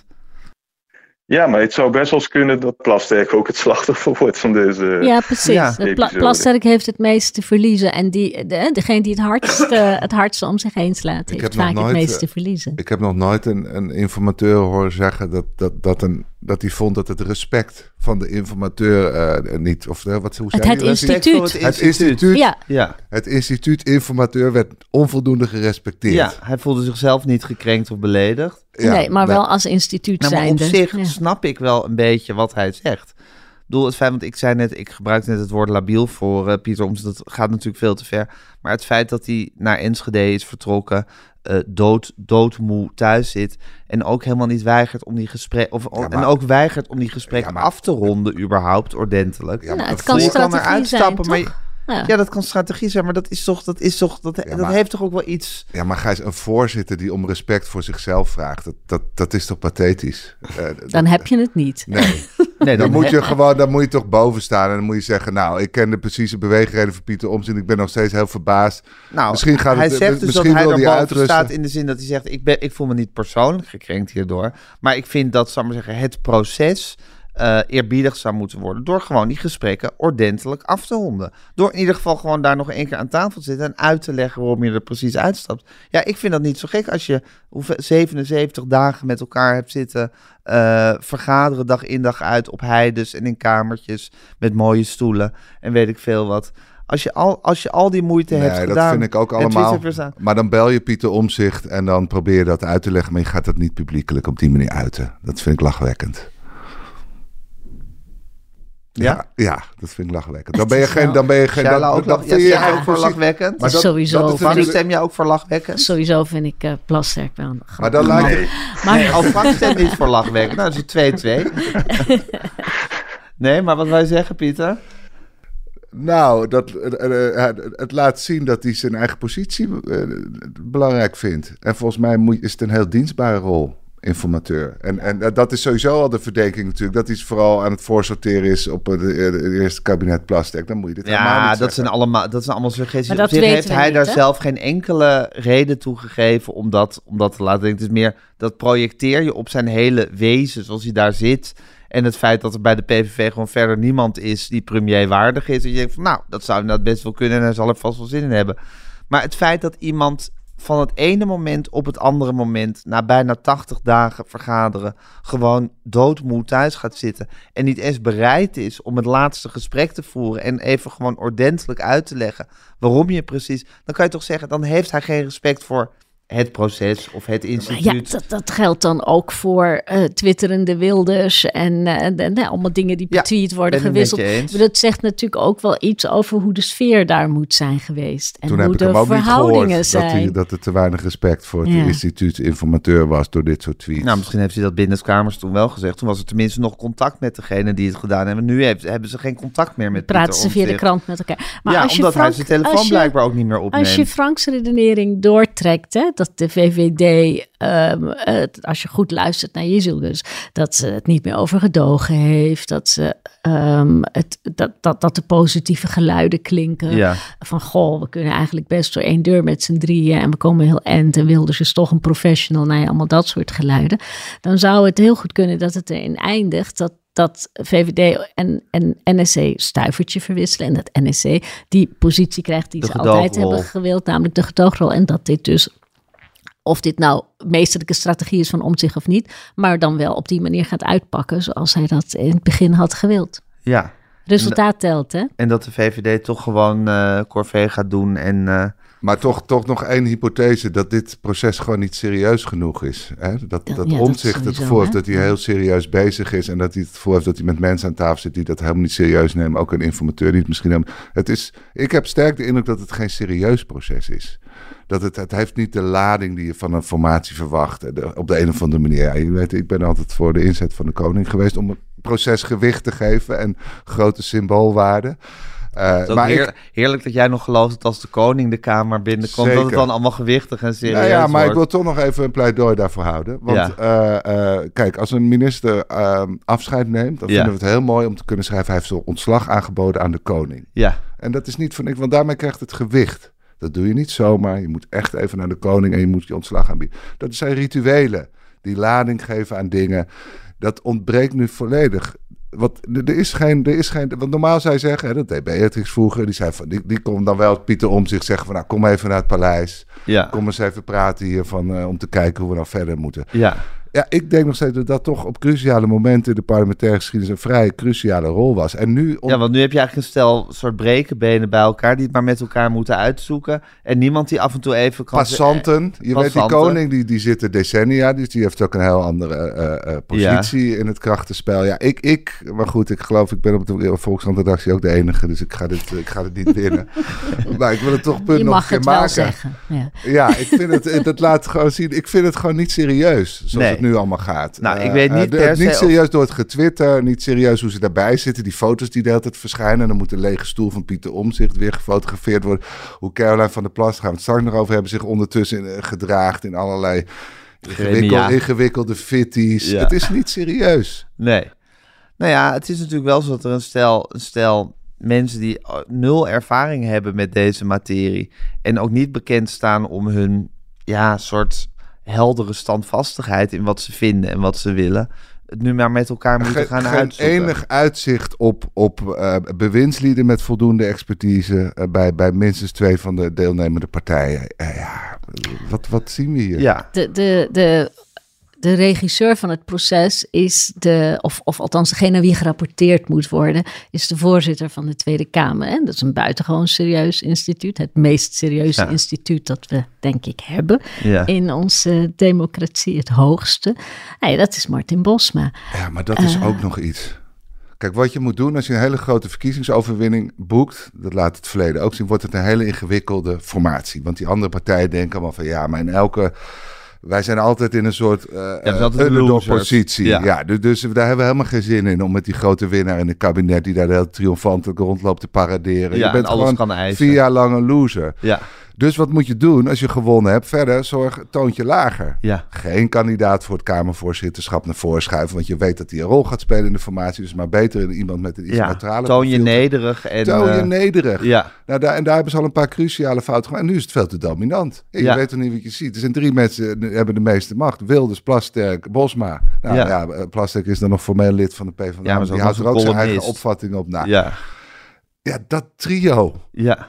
Ja, maar het zou best wel eens kunnen dat Plasterk ook het slachtoffer wordt van deze. Ja, precies. Ja. Pla- Plasterk heeft het meest te verliezen. En die, de, degene die het hardste, het hardste om zich heen slaat, heeft vaak nooit, het meest te verliezen. Ik heb nog nooit een, een informateur horen zeggen dat, dat, dat, een, dat hij vond dat het respect van de informateur uh, niet. Of uh, wat hoe zei het, het instituut. Het, het instituut. Ja. Ja. Het instituut informateur werd onvoldoende gerespecteerd. Ja, hij voelde zichzelf niet gekrenkt of beledigd. Ja, nee, maar wel als instituut nou, zijnde. Maar op zich ja. snap ik wel een beetje wat hij zegt. Ik bedoel, het feit, want ik zei net, ik gebruikte net het woord labiel voor uh, Pieter Omtzigt. Dat gaat natuurlijk veel te ver. Maar het feit dat hij naar Enschede is vertrokken, uh, dood, doodmoe thuis zit en ook helemaal niet weigert om die gesprek of ja, maar, en ook weigert om die gesprekken ja, maar, af te ronden überhaupt ordentelijk. Ja, nou, het kan je kan eruit stappen, zijn, maar Ja. ja, dat kan strategie zijn, maar dat is toch, dat is toch, dat, ja, dat maar, heeft toch ook wel iets. Ja, maar Gijs, een voorzitter die om respect voor zichzelf vraagt, dat, dat, dat is toch pathetisch? Uh, dan dat, heb je het niet. Nee, nee dan, dan moet je gewoon, dan moet je toch boven staan en dan moet je zeggen, nou, ik ken de precieze beweegreden van Pieter Omtzigt, ik ben nog steeds heel verbaasd. Nou, misschien gaat hij het, zegt dus misschien dat hij wil er boven uitrusten. staat in de zin dat hij zegt, ik, ben, ik voel me niet persoonlijk gekrenkt hierdoor, maar ik vind dat, zal ik maar zeggen, het proces Uh, eerbiedig zou moeten worden door gewoon die gesprekken ordentelijk af te ronden. Door in ieder geval gewoon daar nog één keer aan tafel te zitten en uit te leggen waarom je er precies uitstapt. Ja, ik vind dat niet zo gek als je zevenenzeventig dagen met elkaar hebt zitten uh, vergaderen dag in dag uit op heides en in kamertjes met mooie stoelen en weet ik veel wat. Als je al, als je al die moeite nee, hebt dat gedaan. Dat vind ik ook allemaal. Maar dan bel je Pieter Omtzigt en dan probeer je dat uit te leggen, maar je gaat dat niet publiekelijk op die manier uiten. Dat vind ik lachwekkend. Ja? ja, ja, dat vind ik lachwekkend. Dan ben je geen, dan ben je geen. Dan, dan, dan vind je ja, ook voor lachwekkend. Maar dat, sowieso. Dat Frank, stem jij ook voor lachwekkend? Sowieso vind ik uh, Plasterk wel. Maar dan lijkt nee. het. Maar nee, als Frank stemt niet voor lachwekkend, nou, dat is twee-twee. Nee, maar wat wij zeggen, Pieter? Nou, dat, uh, uh, het laat zien dat hij zijn eigen positie uh, belangrijk vindt. En volgens mij moet, is het een heel dienstbare rol. Informateur. En, en dat is sowieso al de verdenking natuurlijk, dat hij vooral aan het voorsorteren is op het, het eerste kabinet Plasterk. Dan moet je dit ja, helemaal niet dat zijn allemaal, dat zijn allemaal suggesties. Maar dat op zich heeft hij niet, daar hè? zelf geen enkele reden toe gegeven om dat, om dat te laten denken. Het is meer, dat projecteer je op zijn hele wezen zoals hij daar zit. En het feit dat er bij de P V V gewoon verder niemand is die premier waardig is. En je denkt van, nou, dat zou inderdaad best wel kunnen en hij zal er vast wel zin in hebben. Maar het feit dat iemand van het ene moment op het andere moment, na bijna tachtig dagen vergaderen, gewoon doodmoe thuis gaat zitten en niet eens bereid is om het laatste gesprek te voeren en even gewoon ordentelijk uit te leggen waarom je precies, dan kan je toch zeggen, dan heeft hij geen respect voor het proces of het instituut. Ja, dat, dat geldt dan ook voor uh, twitterende Wilders en uh, de, de, allemaal dingen die per tweet ja, worden gewisseld. Dat zegt natuurlijk ook wel iets over hoe de sfeer daar moet zijn geweest. En Toen hoe heb de ik hem ook verhoudingen niet zijn. Dat, hij, dat er te weinig respect voor het ja. instituutsinformateur was door dit soort tweets. Nou, misschien heeft hij dat binnenkamers toen wel gezegd. Toen was er tenminste nog contact met degene die het gedaan hebben. Nu heeft, hebben ze geen contact meer met Pieter Praten ze via de krant met elkaar. Maar ja, als je omdat Frank, hij zijn telefoon je, blijkbaar ook niet meer opneemt. Als je Franks redenering doortrekt, hè, dat de V V D, um, uh, als je goed luistert naar Jezus, dus, dat ze het niet meer over gedogen heeft, dat, ze, um, het, dat, dat, dat de positieve geluiden klinken. Ja. Van, goh, we kunnen eigenlijk best door één deur met z'n drieën en we komen heel eind en Wilders is toch een professional. Nou ja, allemaal dat soort geluiden. Dan zou het heel goed kunnen dat het erin eindigt dat dat V V D en, en N S C stuivertje verwisselen en dat N S C die positie krijgt die de ze altijd hebben gewild, namelijk de gedoogrol. En dat dit dus, of dit nou meesterlijke strategie is van Omtzigt of niet, maar dan wel op die manier gaat uitpakken zoals hij dat in het begin had gewild. Ja. Resultaat telt, hè? En dat de V V D toch gewoon uh, corvée gaat doen en... Uh... Maar toch, toch nog één hypothese, dat dit proces gewoon niet serieus genoeg is. Hè? Dat, dat ja, Omtzigt het gevoel heeft dat hij heel serieus bezig is en dat hij het gevoel heeft dat hij met mensen aan tafel zit die dat helemaal niet serieus nemen. Ook een informateur die het misschien helemaal... Het is, ik heb sterk de indruk dat het geen serieus proces is. Dat het, het heeft niet de lading die je van een formatie verwacht. De, op de een of andere manier. Ja, je weet, ik ben altijd voor de inzet van de koning geweest om het proces gewicht te geven en grote symboolwaarde. Uh, het is maar heer, ik, heerlijk dat jij nog gelooft dat als de koning de Kamer binnenkomt, dat het dan allemaal gewichtig en serieus nou ja, maar wordt. ik wil toch nog even een pleidooi daarvoor houden. Want ja. uh, uh, kijk, als een minister uh, afscheid neemt, dan ja. vinden we het heel mooi om te kunnen schrijven, hij heeft zijn ontslag aangeboden aan de koning. Ja. En dat is niet voor niks, want daarmee krijgt het gewicht. Dat doe je niet zomaar. Je moet echt even naar de koning en je moet je ontslag aanbieden. Dat zijn rituelen die lading geven aan dingen. Dat ontbreekt nu volledig. Wat, er is geen, er is geen, want normaal zou je zeggen, hè, dat deed Beatrix vroeger, die zei van, die, die kon dan wel Pieter Omtzigt zeggen van, nou, kom even naar het paleis. Ja. Kom eens even praten hier van, uh, om te kijken hoe we nou verder moeten. Ja. Ja, ik denk nog steeds dat dat toch op cruciale momenten in de parlementaire geschiedenis een vrij cruciale rol was. En nu om... Ja, want nu heb je eigenlijk een stel soort brekenbenen bij elkaar die het maar met elkaar moeten uitzoeken. En niemand die af en toe even kan... Passanten. Je Passanten. weet, die koning die, die zit er decennia, dus die heeft ook een heel andere uh, uh, positie ja. in het krachtenspel. Ja, ik, ik, maar goed, ik geloof, ik ben op de Volkskrant-redactie ook de enige, dus ik ga dit, ik ga dit niet winnen. Maar ik wil het toch punt je nog mag een keer het maken. Wel zeggen. Ja, ja ik vind het, dat laat gewoon zien, ik vind het gewoon niet serieus, zoals nee. het nu allemaal gaat. Nou, ik weet niet uh, per uh, se Niet serieus of... door het getwitter, niet serieus hoe ze daarbij zitten, die foto's die de hele tijd verschijnen. En dan moet de lege stoel van Pieter Omtzigt weer gefotografeerd worden. Hoe Caroline van der Plas, daar gaan we het straks nog over hebben, zich ondertussen uh, gedraagd in allerlei ingewikkel, ingewikkelde fitties. Ja. Het is niet serieus. Nee. Nou ja, het is natuurlijk wel zo dat er een stel, een stel mensen die nul ervaring hebben met deze materie en ook niet bekend staan om hun ja, soort heldere standvastigheid in wat ze vinden en wat ze willen, het nu maar met elkaar moeten gaan geen uitzoeken. Geen enig uitzicht op, op uh, bewindslieden met voldoende expertise uh, bij, bij minstens twee van de deelnemende partijen. Uh, ja, wat, wat zien we hier? Ja. De, de, de, de regisseur van het proces is de, of, of althans degene wie gerapporteerd moet worden, is de voorzitter van de Tweede Kamer. En dat is een buitengewoon serieus instituut. Het meest serieuze ja. instituut dat we, denk ik, hebben ja. in onze democratie. Het hoogste. Nee, dat is Martin Bosma. Ja, maar dat is uh, ook nog iets. Kijk, wat je moet doen als je een hele grote verkiezingsoverwinning boekt, dat laat het verleden ook zien, wordt het een hele ingewikkelde formatie. Want die andere partijen denken allemaal van ja, maar in elke... Wij zijn altijd in een soort uh, ja, underdog-positie. Ja. Ja, dus, dus daar hebben we helemaal geen zin in om met die grote winnaar in het kabinet die daar heel triomfantelijk rondloopt te paraderen. Ja, je bent alles gewoon kan eisen. vier jaar lang een loser. Ja. Dus wat moet je doen als je gewonnen hebt? Verder, zorg toontje lager. Ja. Geen kandidaat voor het Kamervoorzitterschap naar voren schuiven, want je weet dat hij een rol gaat spelen in de formatie. Dus maar beter in iemand met een iets ja. neutrale Toon je profiel. nederig. En, Toon je uh, nederig. Ja. Nou, daar, en daar hebben ze al een paar cruciale fouten gemaakt. En nu is het veel te dominant. Je ja. weet toch niet wat je ziet. Er zijn drie mensen die hebben de meeste macht. Wilders, Plasterk, Bosma. Nou ja, ja Plasterk is dan nog formeel lid van de PvdA. Ja, maar die houdt er ook zijn eigen opvatting op na. Ja. Ja, dat trio. Ja.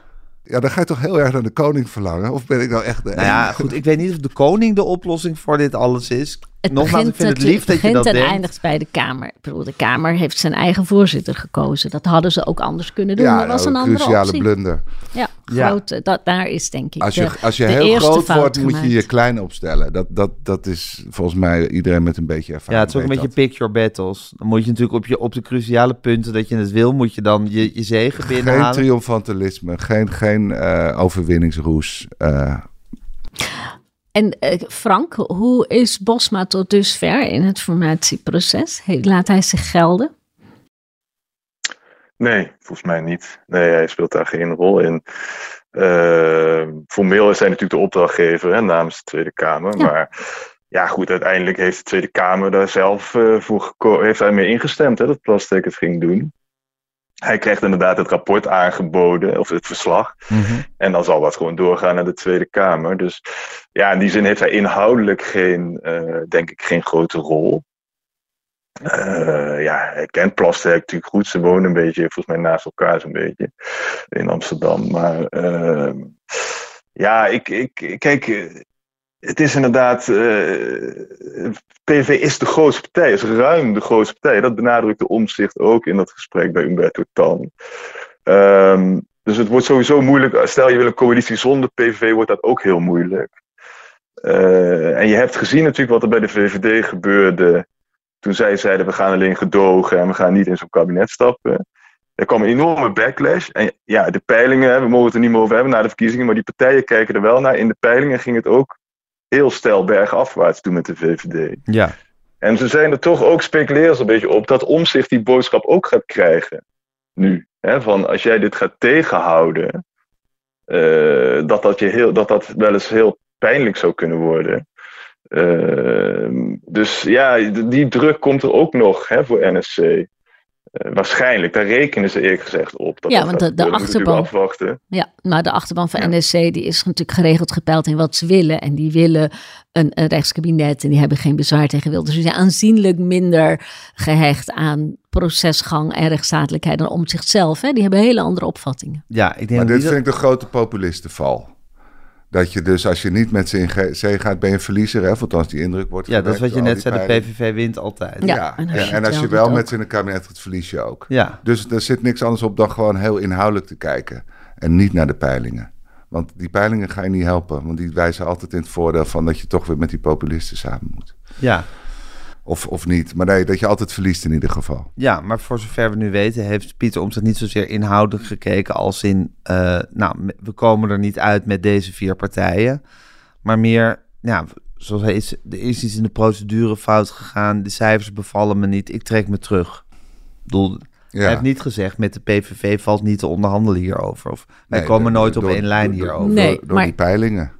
Ja, dan ga je toch heel erg naar de koning verlangen? Of ben ik nou echt de Nou ja, goed, ik weet niet of de koning de oplossing voor dit alles is. Het Nogmaals, ik vind het lief dat je dat en denkt. eindigt bij de Kamer. Ik bedoel, de Kamer heeft zijn eigen voorzitter gekozen. Dat hadden ze ook anders kunnen doen. Ja, dat was nou, een een andere cruciale optie. blunder. Ja, Ja. groot, dat, daar is denk ik Als je, de, als je de heel eerste groot fout wordt, moet je gemaakt. je klein opstellen. Dat, dat, dat is volgens mij iedereen met een beetje ervaring. Ja, het is ook een weet beetje dat. pick your battles. Dan moet je natuurlijk op, je, op de cruciale punten dat je het wil, moet je dan je, je zegen Geen binnenhalen. triomfantalisme, geen, geen uh, overwinningsroes. Uh, En uh, Frank, hoe is Bosma tot dusver in het formatieproces? He, laat hij zich gelden? Nee, volgens mij niet. Nee, hij speelt daar geen rol in. Uh, formeel is hij natuurlijk de opdrachtgever hè, namens de Tweede Kamer. Ja. Maar ja, goed, uiteindelijk heeft de Tweede Kamer daar zelf uh, voor geko- heeft hij mee ingestemd hè, dat Plasterk het ging doen. Hij krijgt inderdaad het rapport aangeboden, of het verslag. Mm-hmm. En dan zal dat gewoon doorgaan naar de Tweede Kamer. Dus ja, in die zin heeft hij inhoudelijk geen, uh, denk ik, geen grote rol. Uh, ja, hij kent Plasterk natuurlijk goed. Ze wonen een beetje, volgens mij naast elkaar zo'n beetje, in Amsterdam. Maar uh, ja, ik, ik, kijk, het is inderdaad, uh, P V V is de grootste partij, is ruim de grootste partij. Dat benadrukte Omtzigt ook in dat gesprek bij Umberto Tan. Um, dus het wordt sowieso moeilijk. Stel je wil een coalitie zonder P V V, wordt dat ook heel moeilijk. Uh, en je hebt gezien natuurlijk wat er bij de V V D gebeurde toen zij zeiden we gaan alleen gedogen en we gaan niet in zo'n kabinet stappen. Er kwam een enorme backlash. En ja, de peilingen, we mogen het er niet meer over hebben na de verkiezingen, maar die partijen kijken er wel naar. In de peilingen ging het ook heel steil bergafwaarts toen met de V V D. Ja. En ze zijn er toch ook, speculeren ze een beetje op, dat Omtzigt die boodschap ook gaat krijgen. Nu. Hè, van als jij dit gaat tegenhouden, uh, dat, dat, je heel, dat dat wel eens heel pijnlijk zou kunnen worden. Uh, dus ja, die druk komt er ook nog hè, voor N S C. Uh, waarschijnlijk, daar rekenen ze eerlijk gezegd op. Dat ja, dat want de, de achterban. Afwachten. Ja, maar de achterban van ja. N S C die is natuurlijk geregeld gepeild in wat ze willen. En die willen een, een rechtskabinet en die hebben geen bezwaar tegen Wilders. Dus die zijn aanzienlijk minder gehecht aan procesgang en rechtsstatelijkheid dan Omtzigt zelf. Hè? Die hebben hele andere opvattingen. Ja, ik denk maar dit dat... vind ik de grote populistenval. Dat je dus, als je niet met ze in zee gaat, ben je een verliezer. Hè? Althans, die indruk wordt Ja, dat is wat je net zei, peiling. De P V V wint altijd. Ja, ja. En, als je, en als je wel met ze in een kabinet gaat, verlies je ook. Ja. Dus er zit niks anders op dan gewoon heel inhoudelijk te kijken. En niet naar de peilingen. Want die peilingen ga je niet helpen. Want die wijzen altijd in het voordeel van dat je toch weer met die populisten samen moet. Ja. Of, of niet. Maar nee, dat je altijd verliest in ieder geval. Ja, maar voor zover we nu weten heeft Pieter Omtzigt niet zozeer inhoudelijk gekeken als in, uh, nou, we komen er niet uit met deze vier partijen. Maar meer, ja, zoals hij is, er is iets in de procedure fout gegaan. De cijfers bevallen me niet, ik trek me terug. Ik bedoel, ja. Hij heeft niet gezegd, met de P V V valt niet te onderhandelen hierover. Of wij nee, komen nooit door, op één lijn door, hierover. Nee, door door maar... die peilingen.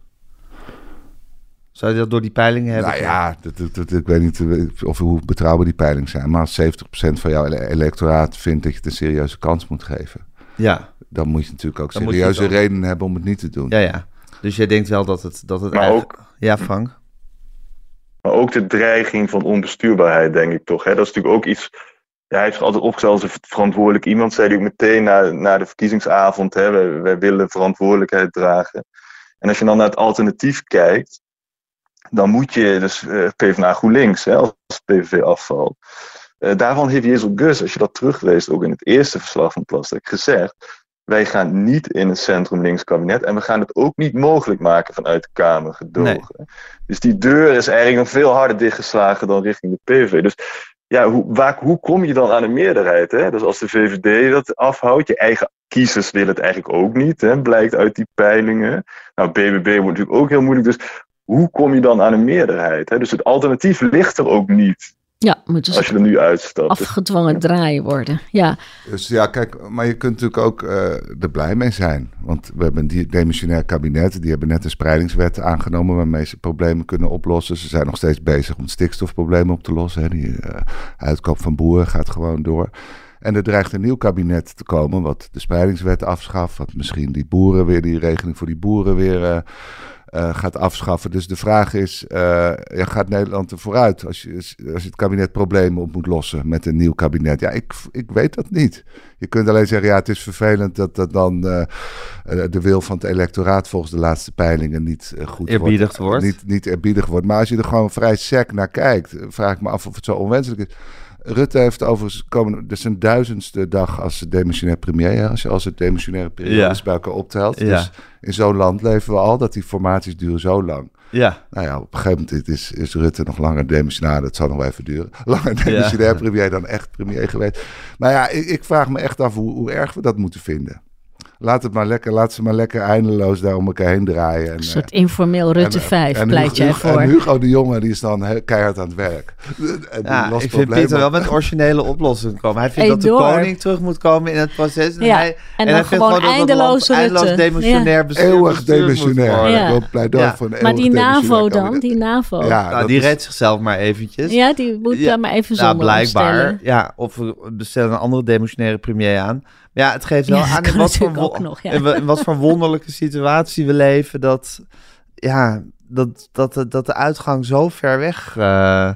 Zou je dat door die peilingen hebben? Nou ja, dat, dat, dat, ik weet niet of hoe betrouwbaar die peilingen zijn. Maar als zeventig procent van jouw electoraat vindt dat je het een serieuze kans moet geven. Ja. Dan moet je natuurlijk ook dan serieuze redenen hebben om het niet te doen. Ja, ja. Dus jij denkt wel dat het, dat het maar eigenlijk... Ook, ja, Frank? Maar ook de dreiging van onbestuurbaarheid, denk ik toch. Hè? Dat is natuurlijk ook iets... Ja, hij heeft altijd opgesteld als een verantwoordelijk iemand. Zei hij ook meteen na, na de verkiezingsavond. Hè, wij, wij willen verantwoordelijkheid dragen. En als je dan naar het alternatief kijkt... dan moet je, dus uh, PvdA GroenLinks, hè, als P V V afvalt. Uh, daarvan heeft Jezel Gus, als je dat terugleest, ook in het eerste verslag van Plasterk, gezegd... wij gaan niet in een centrum-links kabinet... en we gaan het ook niet mogelijk maken vanuit de Kamer gedogen. Nee. Dus die deur is eigenlijk nog veel harder dichtgeslagen dan richting de P V V. Dus ja, hoe, waar, hoe kom je dan aan een meerderheid? Hè? Dus als de V V D dat afhoudt, je eigen kiezers willen het eigenlijk ook niet, hè? Blijkt uit die peilingen. Nou, B B B wordt natuurlijk ook heel moeilijk, dus... Hoe kom je dan aan een meerderheid? Hè? Dus het alternatief ligt er ook niet. Ja, moet dus als je er nu uitstapt. Afgedwongen ja. draaien worden. Ja. Dus ja, kijk, maar je kunt natuurlijk ook uh, er blij mee zijn. Want we hebben een demissionair kabinet. Die hebben net een spreidingswet aangenomen waarmee ze problemen kunnen oplossen. Ze zijn nog steeds bezig om stikstofproblemen op te lossen. Hè? Die uh, uitkoop van boeren gaat gewoon door. En er dreigt een nieuw kabinet te komen wat de spreidingswet afschaft. Wat misschien die boeren weer, die regeling voor die boeren weer... Uh, uh, gaat afschaffen. Dus de vraag is, uh, ja, gaat Nederland er vooruit als je, als je het kabinet problemen op moet lossen met een nieuw kabinet? Ja, ik, ik weet dat niet. Je kunt alleen zeggen, ja, het is vervelend dat, dat dan uh, de wil van het electoraat volgens de laatste peilingen niet uh, goed eerbiedigd wordt. wordt. Niet, niet eerbiedigd wordt. Maar als je er gewoon vrij sec naar kijkt, vraag ik me af of het zo onwenselijk is. Rutte heeft overigens komen, dit is een duizendste dag als demissionair premier, hè, als je als het demissionaire periodes ja. bij elkaar optelt. Ja. Dus in zo'n land leven we al, dat die formaties duren zo lang. Ja. Nou ja, op een gegeven moment is, is Rutte nog langer demissionair, dat zal nog wel even duren. Langer demissionair ja. premier dan echt premier geweest. Maar ja, ik, ik vraag me echt af hoe, hoe erg we dat moeten vinden. Laat het maar lekker, laat ze maar lekker eindeloos daar om elkaar heen draaien. En, een soort informeel Rutte vijf pleit jij voor. En Hugo de Jonge, die is dan he, keihard aan het werk. En ja, ik vind Pieter wel met originele oplossingen komen. Hij vindt hey, dat de koning terug moet komen in het proces. En, ja, hij, en, en dan hij gewoon vindt eindeloos dat het eindeloos demissionair ja. bestuur Eeuwig demissionair. Ja. Ik wil pleidooi ja. voor een maar die NAVO dan, kabinet. die NAVO. Ja, nou, die is... redt zichzelf maar eventjes. Ja, die moet ja. daar maar even zonder nou, blijkbaar. Opstellen. Ja, of we bestellen een andere demissionaire premier aan. Ja, het geeft wel ja, aan in wat, voor wo- nog, ja. in wat voor wonderlijke situatie we leven. Dat, ja, dat, dat, dat, dat de uitgang zo ver weg uh,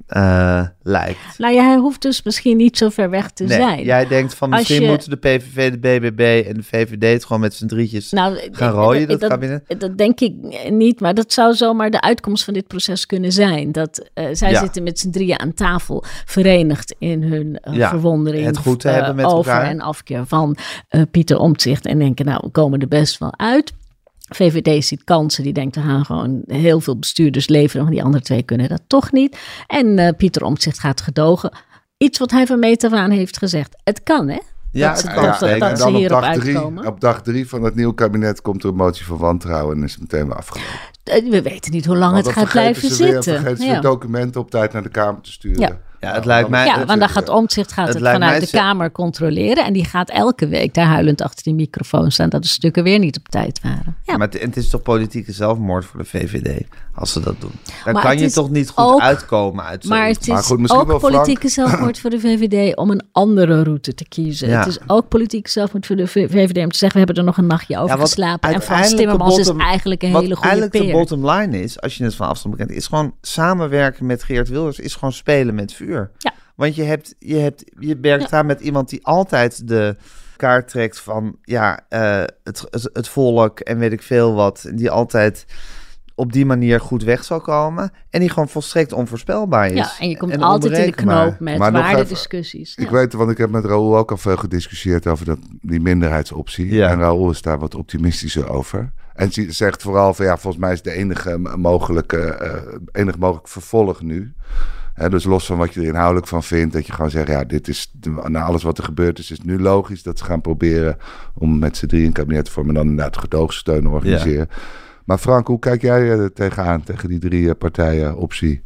uh, lijkt. Nou ja, hij hoeft dus misschien niet zo ver weg te nee, zijn. Jij denkt van misschien je... moeten de P V V, de B B B en de V V D het gewoon met z'n drietjes nou, gaan rooien, dat, dat kabinet? Dat denk ik niet, maar dat zou zomaar de uitkomst van dit proces kunnen zijn. Dat uh, zij ja. zitten met z'n drieën aan tafel, verenigd in hun uh, ja, verwondering het goed te uh, hebben met over elkaar. En afkeer van uh, Pieter Omtzigt en denken, nou, we komen er best wel uit. V V D ziet kansen, die denkt, we gaan gewoon heel veel bestuurders leveren, maar die andere twee kunnen dat toch niet. En uh, Pieter Omtzigt gaat gedogen. Iets wat hij van meet af aan heeft gezegd. Het kan, hè? Ja, dat, het kan. Dat, dat, dat ze hierop uitkomen. Op dag drie van het nieuwe kabinet komt er een motie van wantrouwen en is het meteen weer afgelopen. We weten niet hoe lang want het gaat blijven ze weer, zitten. Vergeten ze ja. weer documenten op tijd naar de Kamer te sturen. Ja. Ja, het lijkt mij... Ja, want dan gaat Omtzigt gaat het, het vanuit de ze... Kamer controleren. En die gaat elke week daar huilend achter die microfoon staan dat de stukken weer niet op tijd waren. Ja. Maar het, het is toch politieke zelfmoord voor de V V D als ze dat doen. Dan maar kan je toch niet goed ook, uitkomen uit zoiets. Maar het is maar goed, ook wel politieke Frank... zelfmoord voor de V V D om een andere route te kiezen. Ja. Het is ook politieke zelfmoord voor de V V D om te zeggen, we hebben er nog een nachtje over ja, geslapen. En Frans Timmermans bottom, is eigenlijk een hele goede peer. Wat eigenlijk de bottom line is, als je het van afstand bekent, is gewoon samenwerken met Geert Wilders, is gewoon spelen met vuur. Ja. Want je, hebt, je, hebt, je werkt ja. aan met iemand die altijd de kaart trekt van ja, uh, het, het, het volk en weet ik veel wat. Die altijd op die manier goed weg zal komen. En die gewoon volstrekt onvoorspelbaar is. Ja, en je komt en altijd in de knoop met waardediscussies. Ik ja. weet, want ik heb met Raoul ook al veel gediscussieerd over dat, die minderheidsoptie. Ja. En Raoul is daar wat optimistischer over. En ze zegt vooral van ja, volgens mij is de enige mogelijke, uh, enige mogelijke vervolg nu. He, dus los van wat je er inhoudelijk van vindt, dat je gewoon zegt, ja, dit is, na alles wat er gebeurd is, is het nu logisch dat ze gaan proberen om met z'n drie een kabinet te vormen en dan inderdaad gedoogsteun organiseren. Ja. Maar Frank, hoe kijk jij er tegenaan, tegen die drie partijen optie?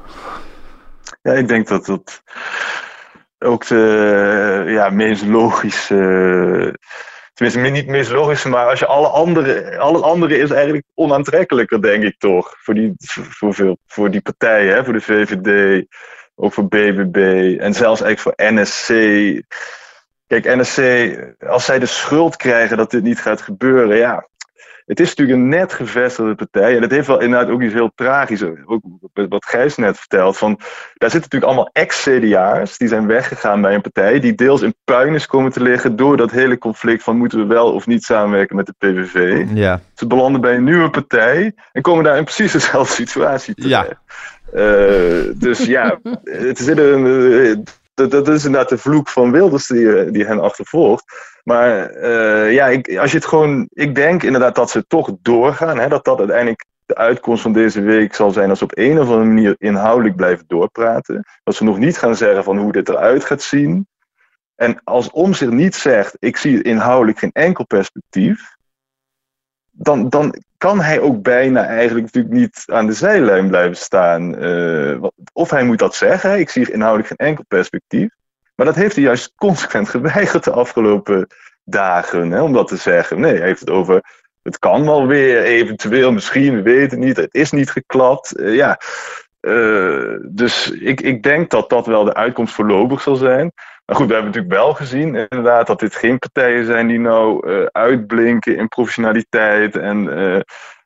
Ja, ik denk dat dat ook de ja, meest logische... Tenminste, niet het meest logische, maar als je alle andere, alle andere is eigenlijk onaantrekkelijker, denk ik toch. Voor die, voor veel, voor die partijen, hè? Voor de V V D, ook voor B B B en zelfs eigenlijk voor N S C. Kijk, N S C, als zij de schuld krijgen dat dit niet gaat gebeuren, ja. Het is natuurlijk een net gevestigde partij. En dat heeft wel inderdaad ook iets heel tragisch. Ook wat Gijs net vertelt. Van, daar zitten natuurlijk allemaal ex-C D A'ers. Die zijn weggegaan bij een partij. Die deels in puin is komen te liggen. Door dat hele conflict van moeten we wel of niet samenwerken met de P V V. Ja. Ze belanden bij een nieuwe partij. En komen daar in precies dezelfde situatie terecht. Ja. Uh, dus ja, het is een... Uh, Dat, dat is inderdaad de vloek van Wilders die, die hen achtervolgt. Maar uh, ja, ik, als je het gewoon, ik denk inderdaad dat ze toch doorgaan. Hè, dat dat uiteindelijk de uitkomst van deze week zal zijn als ze op een of andere manier inhoudelijk blijven doorpraten. Dat ze nog niet gaan zeggen van hoe dit eruit gaat zien. En als Omtzigt niet zegt, ik zie inhoudelijk geen enkel perspectief. Dan, dan kan hij ook bijna eigenlijk natuurlijk niet aan de zijlijn blijven staan. Uh, of hij moet dat zeggen, ik zie inhoudelijk geen enkel perspectief. Maar dat heeft hij juist consequent geweigerd de afgelopen dagen, hè, om dat te zeggen. Nee, hij heeft het over, het kan wel weer, eventueel, misschien, we weten het niet, het is niet geklapt. Uh, ja. uh, dus ik, ik denk dat dat wel de uitkomst voorlopig zal zijn. Maar goed, we hebben natuurlijk wel gezien inderdaad dat dit geen partijen zijn die nou uh, uitblinken in professionaliteit en uh,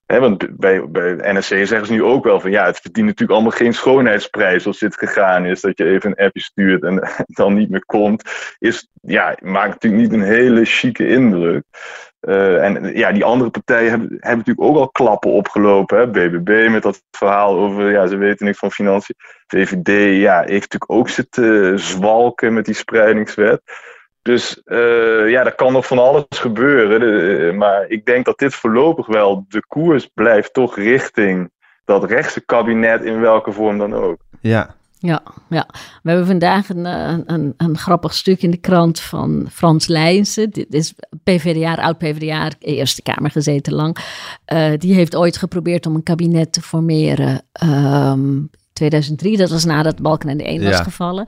Hè, want bij, bij N S C zeggen ze nu ook wel van ja, het verdient natuurlijk allemaal geen schoonheidsprijs als dit gegaan is. Dat je even een appje stuurt en dan niet meer komt. Is, ja, maakt natuurlijk niet een hele chique indruk. Uh, en ja, die andere partijen hebben, hebben natuurlijk ook al klappen opgelopen. Hè? B B B met dat verhaal over, ja, ze weten niks van financiën. V V D, ja, heeft natuurlijk ook zitten zwalken met die spreidingswet. Dus uh, ja, er kan nog van alles gebeuren. De, maar ik denk dat dit voorlopig wel de koers blijft toch richting dat rechtse kabinet in welke vorm dan ook. Ja. Ja, ja, we hebben vandaag een, een, een grappig stuk in de krant van Frans Leijzen. Dit is P V D A, oud-P V D A, Eerste Kamer gezeten lang. Uh, die heeft ooit geprobeerd om een kabinet te formeren. Um, tweeduizend drie, dat was nadat Balkenende één ja. was gevallen.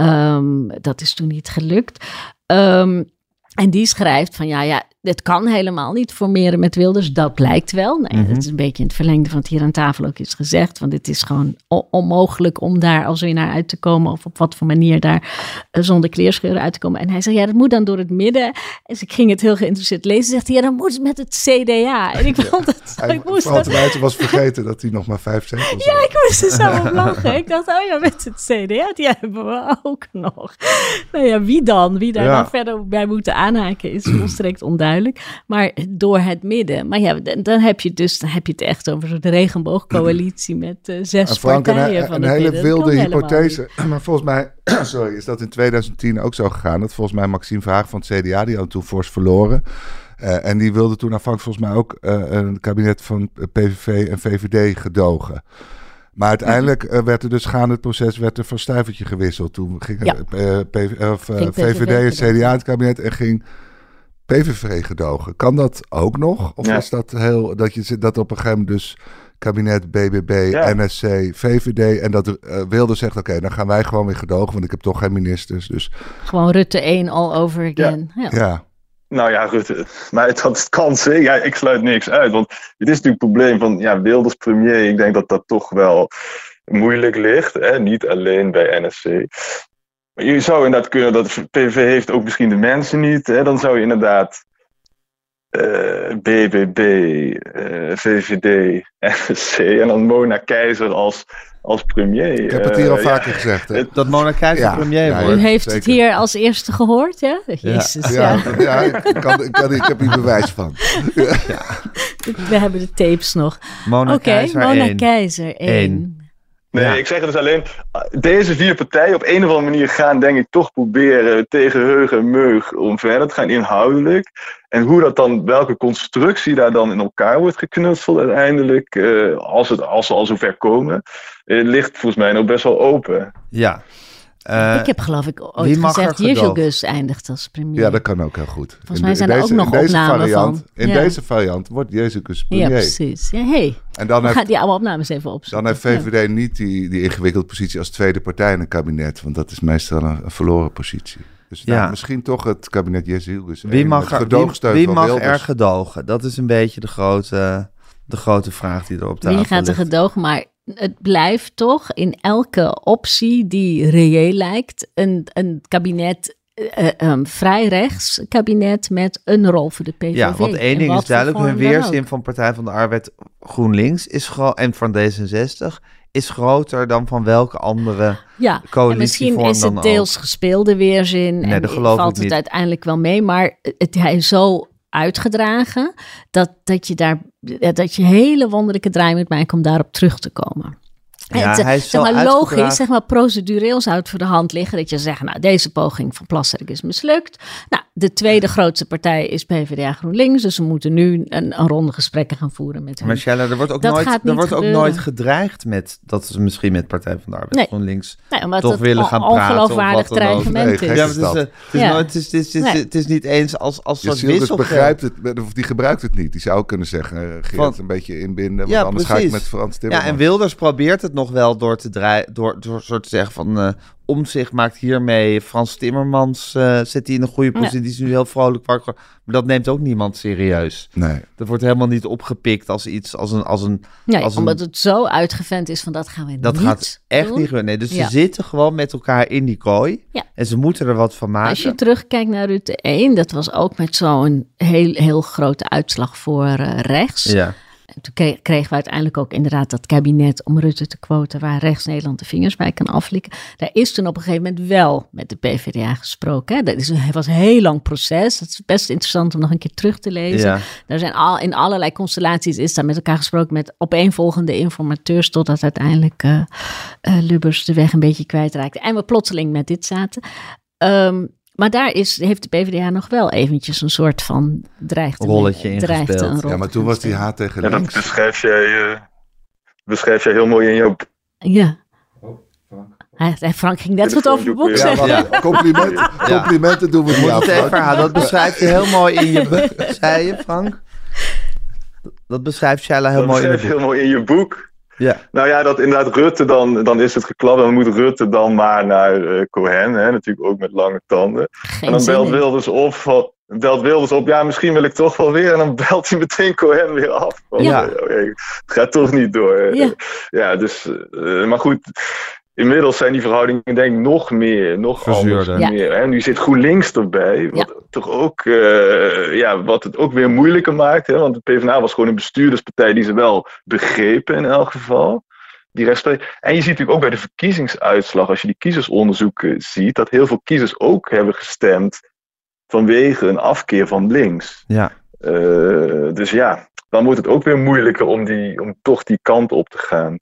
Um, dat is toen niet gelukt. Um, en die schrijft van ja, ja, het kan helemaal niet formeren met Wilders. Dat blijkt wel. Nee, mm-hmm. Dat is een beetje in het verlengde van het hier aan tafel ook is gezegd. Want het is gewoon o- onmogelijk om daar als winnaar uit te komen. Of op wat voor manier daar uh, zonder kleerscheuren uit te komen. En hij zegt ja, dat moet dan door het midden. Dus ik ging het heel geïnteresseerd lezen. Zegt hij ja, dan moet het met het C D A. En ik vond het... Hij, ik moest Frans Leijzen was vergeten dat hij nog maar vijf zetels had. Ja, ik moest er zo op lachen. Ik dacht, oh ja, met het C D A, die hebben we ook nog. Nou ja, wie dan? Wie daar ja. dan verder bij moeten aanhaken is volstrekt onduidelijk. Maar door het midden. Maar ja, dan heb je dus dan heb je het echt over zo'n regenboogcoalitie met uh, zes en Frank, partijen een, van een het hele midden. wilde hypothese. Maar volgens mij sorry, is dat in tweeduizend tien ook zo gegaan. Dat volgens mij Maxime Verhagen van het C D A, die had toen fors verloren. Uh, en die wilde toen aanvankelijk volgens mij ook uh, een kabinet van P V V en V V D gedogen. Maar uiteindelijk uh, werd er dus gaande het proces werd er van stuivertje gewisseld. Toen ging ja. uh, P V, uh, ging V V D en C D A in het kabinet en ging P V V gedogen. Kan dat ook nog? Of ja. is dat heel dat je dat op een gegeven moment dus kabinet B B B, ja. N S C, V V D en dat uh, Wilders zegt oké, okay, dan gaan wij gewoon weer gedogen, want ik heb toch geen ministers. Dus gewoon Rutte één all over again. Ja. ja. ja. Nou ja, Rutte, maar het had kansen. Ja, ik sluit niks uit, want het is natuurlijk het probleem van ja, Wilders premier. Ik denk dat dat toch wel moeilijk ligt, hè? Niet alleen bij N S C. Maar je zou inderdaad kunnen dat de P V V heeft ook misschien de mensen niet. Hè? Dan zou je inderdaad uh, B B B, uh, V V D, N S C en dan Mona Keizer als, als premier. Ik heb het hier al uh, vaker ja, gezegd. Hè? Dat Mona Keizer ja, premier ja, wordt. U heeft zeker. het hier als eerste gehoord, ja? Jezus, ja. ja. ja, ja ik, kan, ik, kan, ik heb hier bewijs van. Ja. We hebben de tapes nog. Mona Oké, Keizer Mona één. Keizer één. Nee, ja. ik zeg het dus alleen, deze vier partijen op een of andere manier gaan denk ik toch proberen tegen heug en meug om verder te gaan inhoudelijk. En hoe dat dan, welke constructie daar dan in elkaar wordt geknutseld uiteindelijk, uh, als, het, als ze al zover komen, uh, ligt volgens mij nog best wel open. Ja. Uh, ik heb geloof ik ooit gezegd, Jezus eindigt als premier. Ja, dat kan ook heel goed. Volgens mij zijn er ook nog opnamen variant, van. In ja. deze variant wordt Jezus premier. Ja, precies. Ja, hey. En dan We heeft, gaan die oude opnames even opzoeken. Dan heeft V V D ja. niet die, die ingewikkelde positie als tweede partij in een kabinet. Want dat is meestal een, een verloren positie. Dus ja. nou, misschien toch het kabinet Jezus. Wie mag, er, wie, wie mag er gedogen? Dat is een beetje de grote, de grote vraag die er op tafel ligt. Wie gaat er gedogen? Maar het blijft toch in elke optie die reëel lijkt een, een kabinet, uh, um, vrij rechts kabinet met een rol voor de P V V. Ja, want één ding is duidelijk, hun weerzin van Partij van de Arbeid GroenLinks is gro- en van D zesenzestig is groter dan van welke andere ja, coalitievorm en misschien is het deels ook. gespeelde weerzin Nee, en valt het niet. uiteindelijk wel mee, maar het, hij is zo uitgedragen dat, dat je daar dat je hele wonderlijke draai moet maken om daarop terug te komen. Ja, het, hij is zeg maar zo logisch, uitgedragen. zeg maar procedureel zou het voor de hand liggen dat je zegt, nou deze poging van Plasterk is mislukt. Nou, de tweede grootste partij is P V D A GroenLinks, dus we moeten nu een, een ronde gesprekken gaan voeren met hen. Maar Shella, er wordt ook, dat nooit, er wordt ook gebeuren. nooit gedreigd met dat ze misschien met Partij van de Arbeid Nee. GroenLinks Nee, omdat toch het willen gaan on- praten. ongeloofwaardig of wat dan ook. dreigement Nee, is. Ja, maar het, is, uh, het, is Ja. nooit, het, is, het, is, het, is, Nee. het is niet eens als, als soort Jezus wisselgeld. begrijpt het, of die gebruikt het niet. Die zou ook kunnen zeggen, uh, Geert, Van- een beetje inbinden, want Ja, anders precies. ga ik met Frans Ja, Timmermans. en Wilders probeert het nog wel door te draaien, door, door soort te zeggen van uh, Omtzigt maakt hiermee Frans Timmermans, uh, zet hij in een goede positie, Ja. die is nu heel vrolijk wakker. Maar dat neemt ook niemand serieus. Nee. Dat wordt helemaal niet opgepikt als iets, als een, als een, Nee, als een omdat het zo uitgevent is van dat gaan we dat niet gaat echt doen. niet gebeuren. Nee, dus Ja. ze zitten gewoon met elkaar in die kooi Ja. en ze moeten er wat van maken. Als je terugkijkt naar Rutte één, dat was ook met zo'n heel, heel grote uitslag voor uh, rechts. Ja. En toen kreeg, kregen we uiteindelijk ook inderdaad dat kabinet om Rutte te quoten, waar rechts Nederland de vingers bij kan aflikken. Daar is toen op een gegeven moment wel met de P v d A gesproken. Hè. Dat is, het was een heel lang proces. Dat is best interessant om nog een keer terug te lezen. Ja. Er zijn al, in allerlei constellaties is daar met elkaar gesproken met opeenvolgende informateurs, totdat uiteindelijk uh, uh, Lubbers de weg een beetje kwijtraakte. En we plotseling met dit zaten. Um, Maar daar is, heeft de P v d A nog wel eventjes een soort van dreigde rolletje ingespeeld. Een rol ja, maar toen was die haat tegen ja, links. dat beschrijf jij, uh, beschrijf jij heel mooi in jouw... Ja. Oh, Frank. Hij, Frank ging net wat over het boek ja, zeggen. Ja. Complimenten, complimenten doen we niet aan, Frank. Verhaal, dat beschrijf je heel mooi in je boek, zei je, Frank? Dat beschrijft Shaila heel dat mooi in je boek. heel mooi in je boek. Ja. Nou ja, dat inderdaad Rutte dan, dan is het geklapt. Dan moet Rutte dan maar naar uh, Cohen, hè, natuurlijk ook met lange tanden. Geen en dan belt in. Wilders op, van, belt Wilders op, ja, misschien wil ik toch wel weer. En dan belt hij meteen Cohen weer af. Van, Ja. uh, okay, het gaat toch niet door. Ja, ja dus, uh, maar goed, inmiddels zijn die verhoudingen denk ik nog meer, nog Verzuurder. anders. Ja. Meer, hè. Nu zit GroenLinks erbij, wat, ja. toch ook, uh, ja, wat het ook weer moeilijker maakt. Hè, want de PvdA was gewoon een bestuurderspartij die ze wel begrepen in elk geval. Die rechtspartij. En je ziet natuurlijk ook bij de verkiezingsuitslag, als je die kiezersonderzoeken ziet, dat heel veel kiezers ook hebben gestemd vanwege een afkeer van links. Ja. Uh, dus ja, dan wordt het ook weer moeilijker om, die, om toch die kant op te gaan.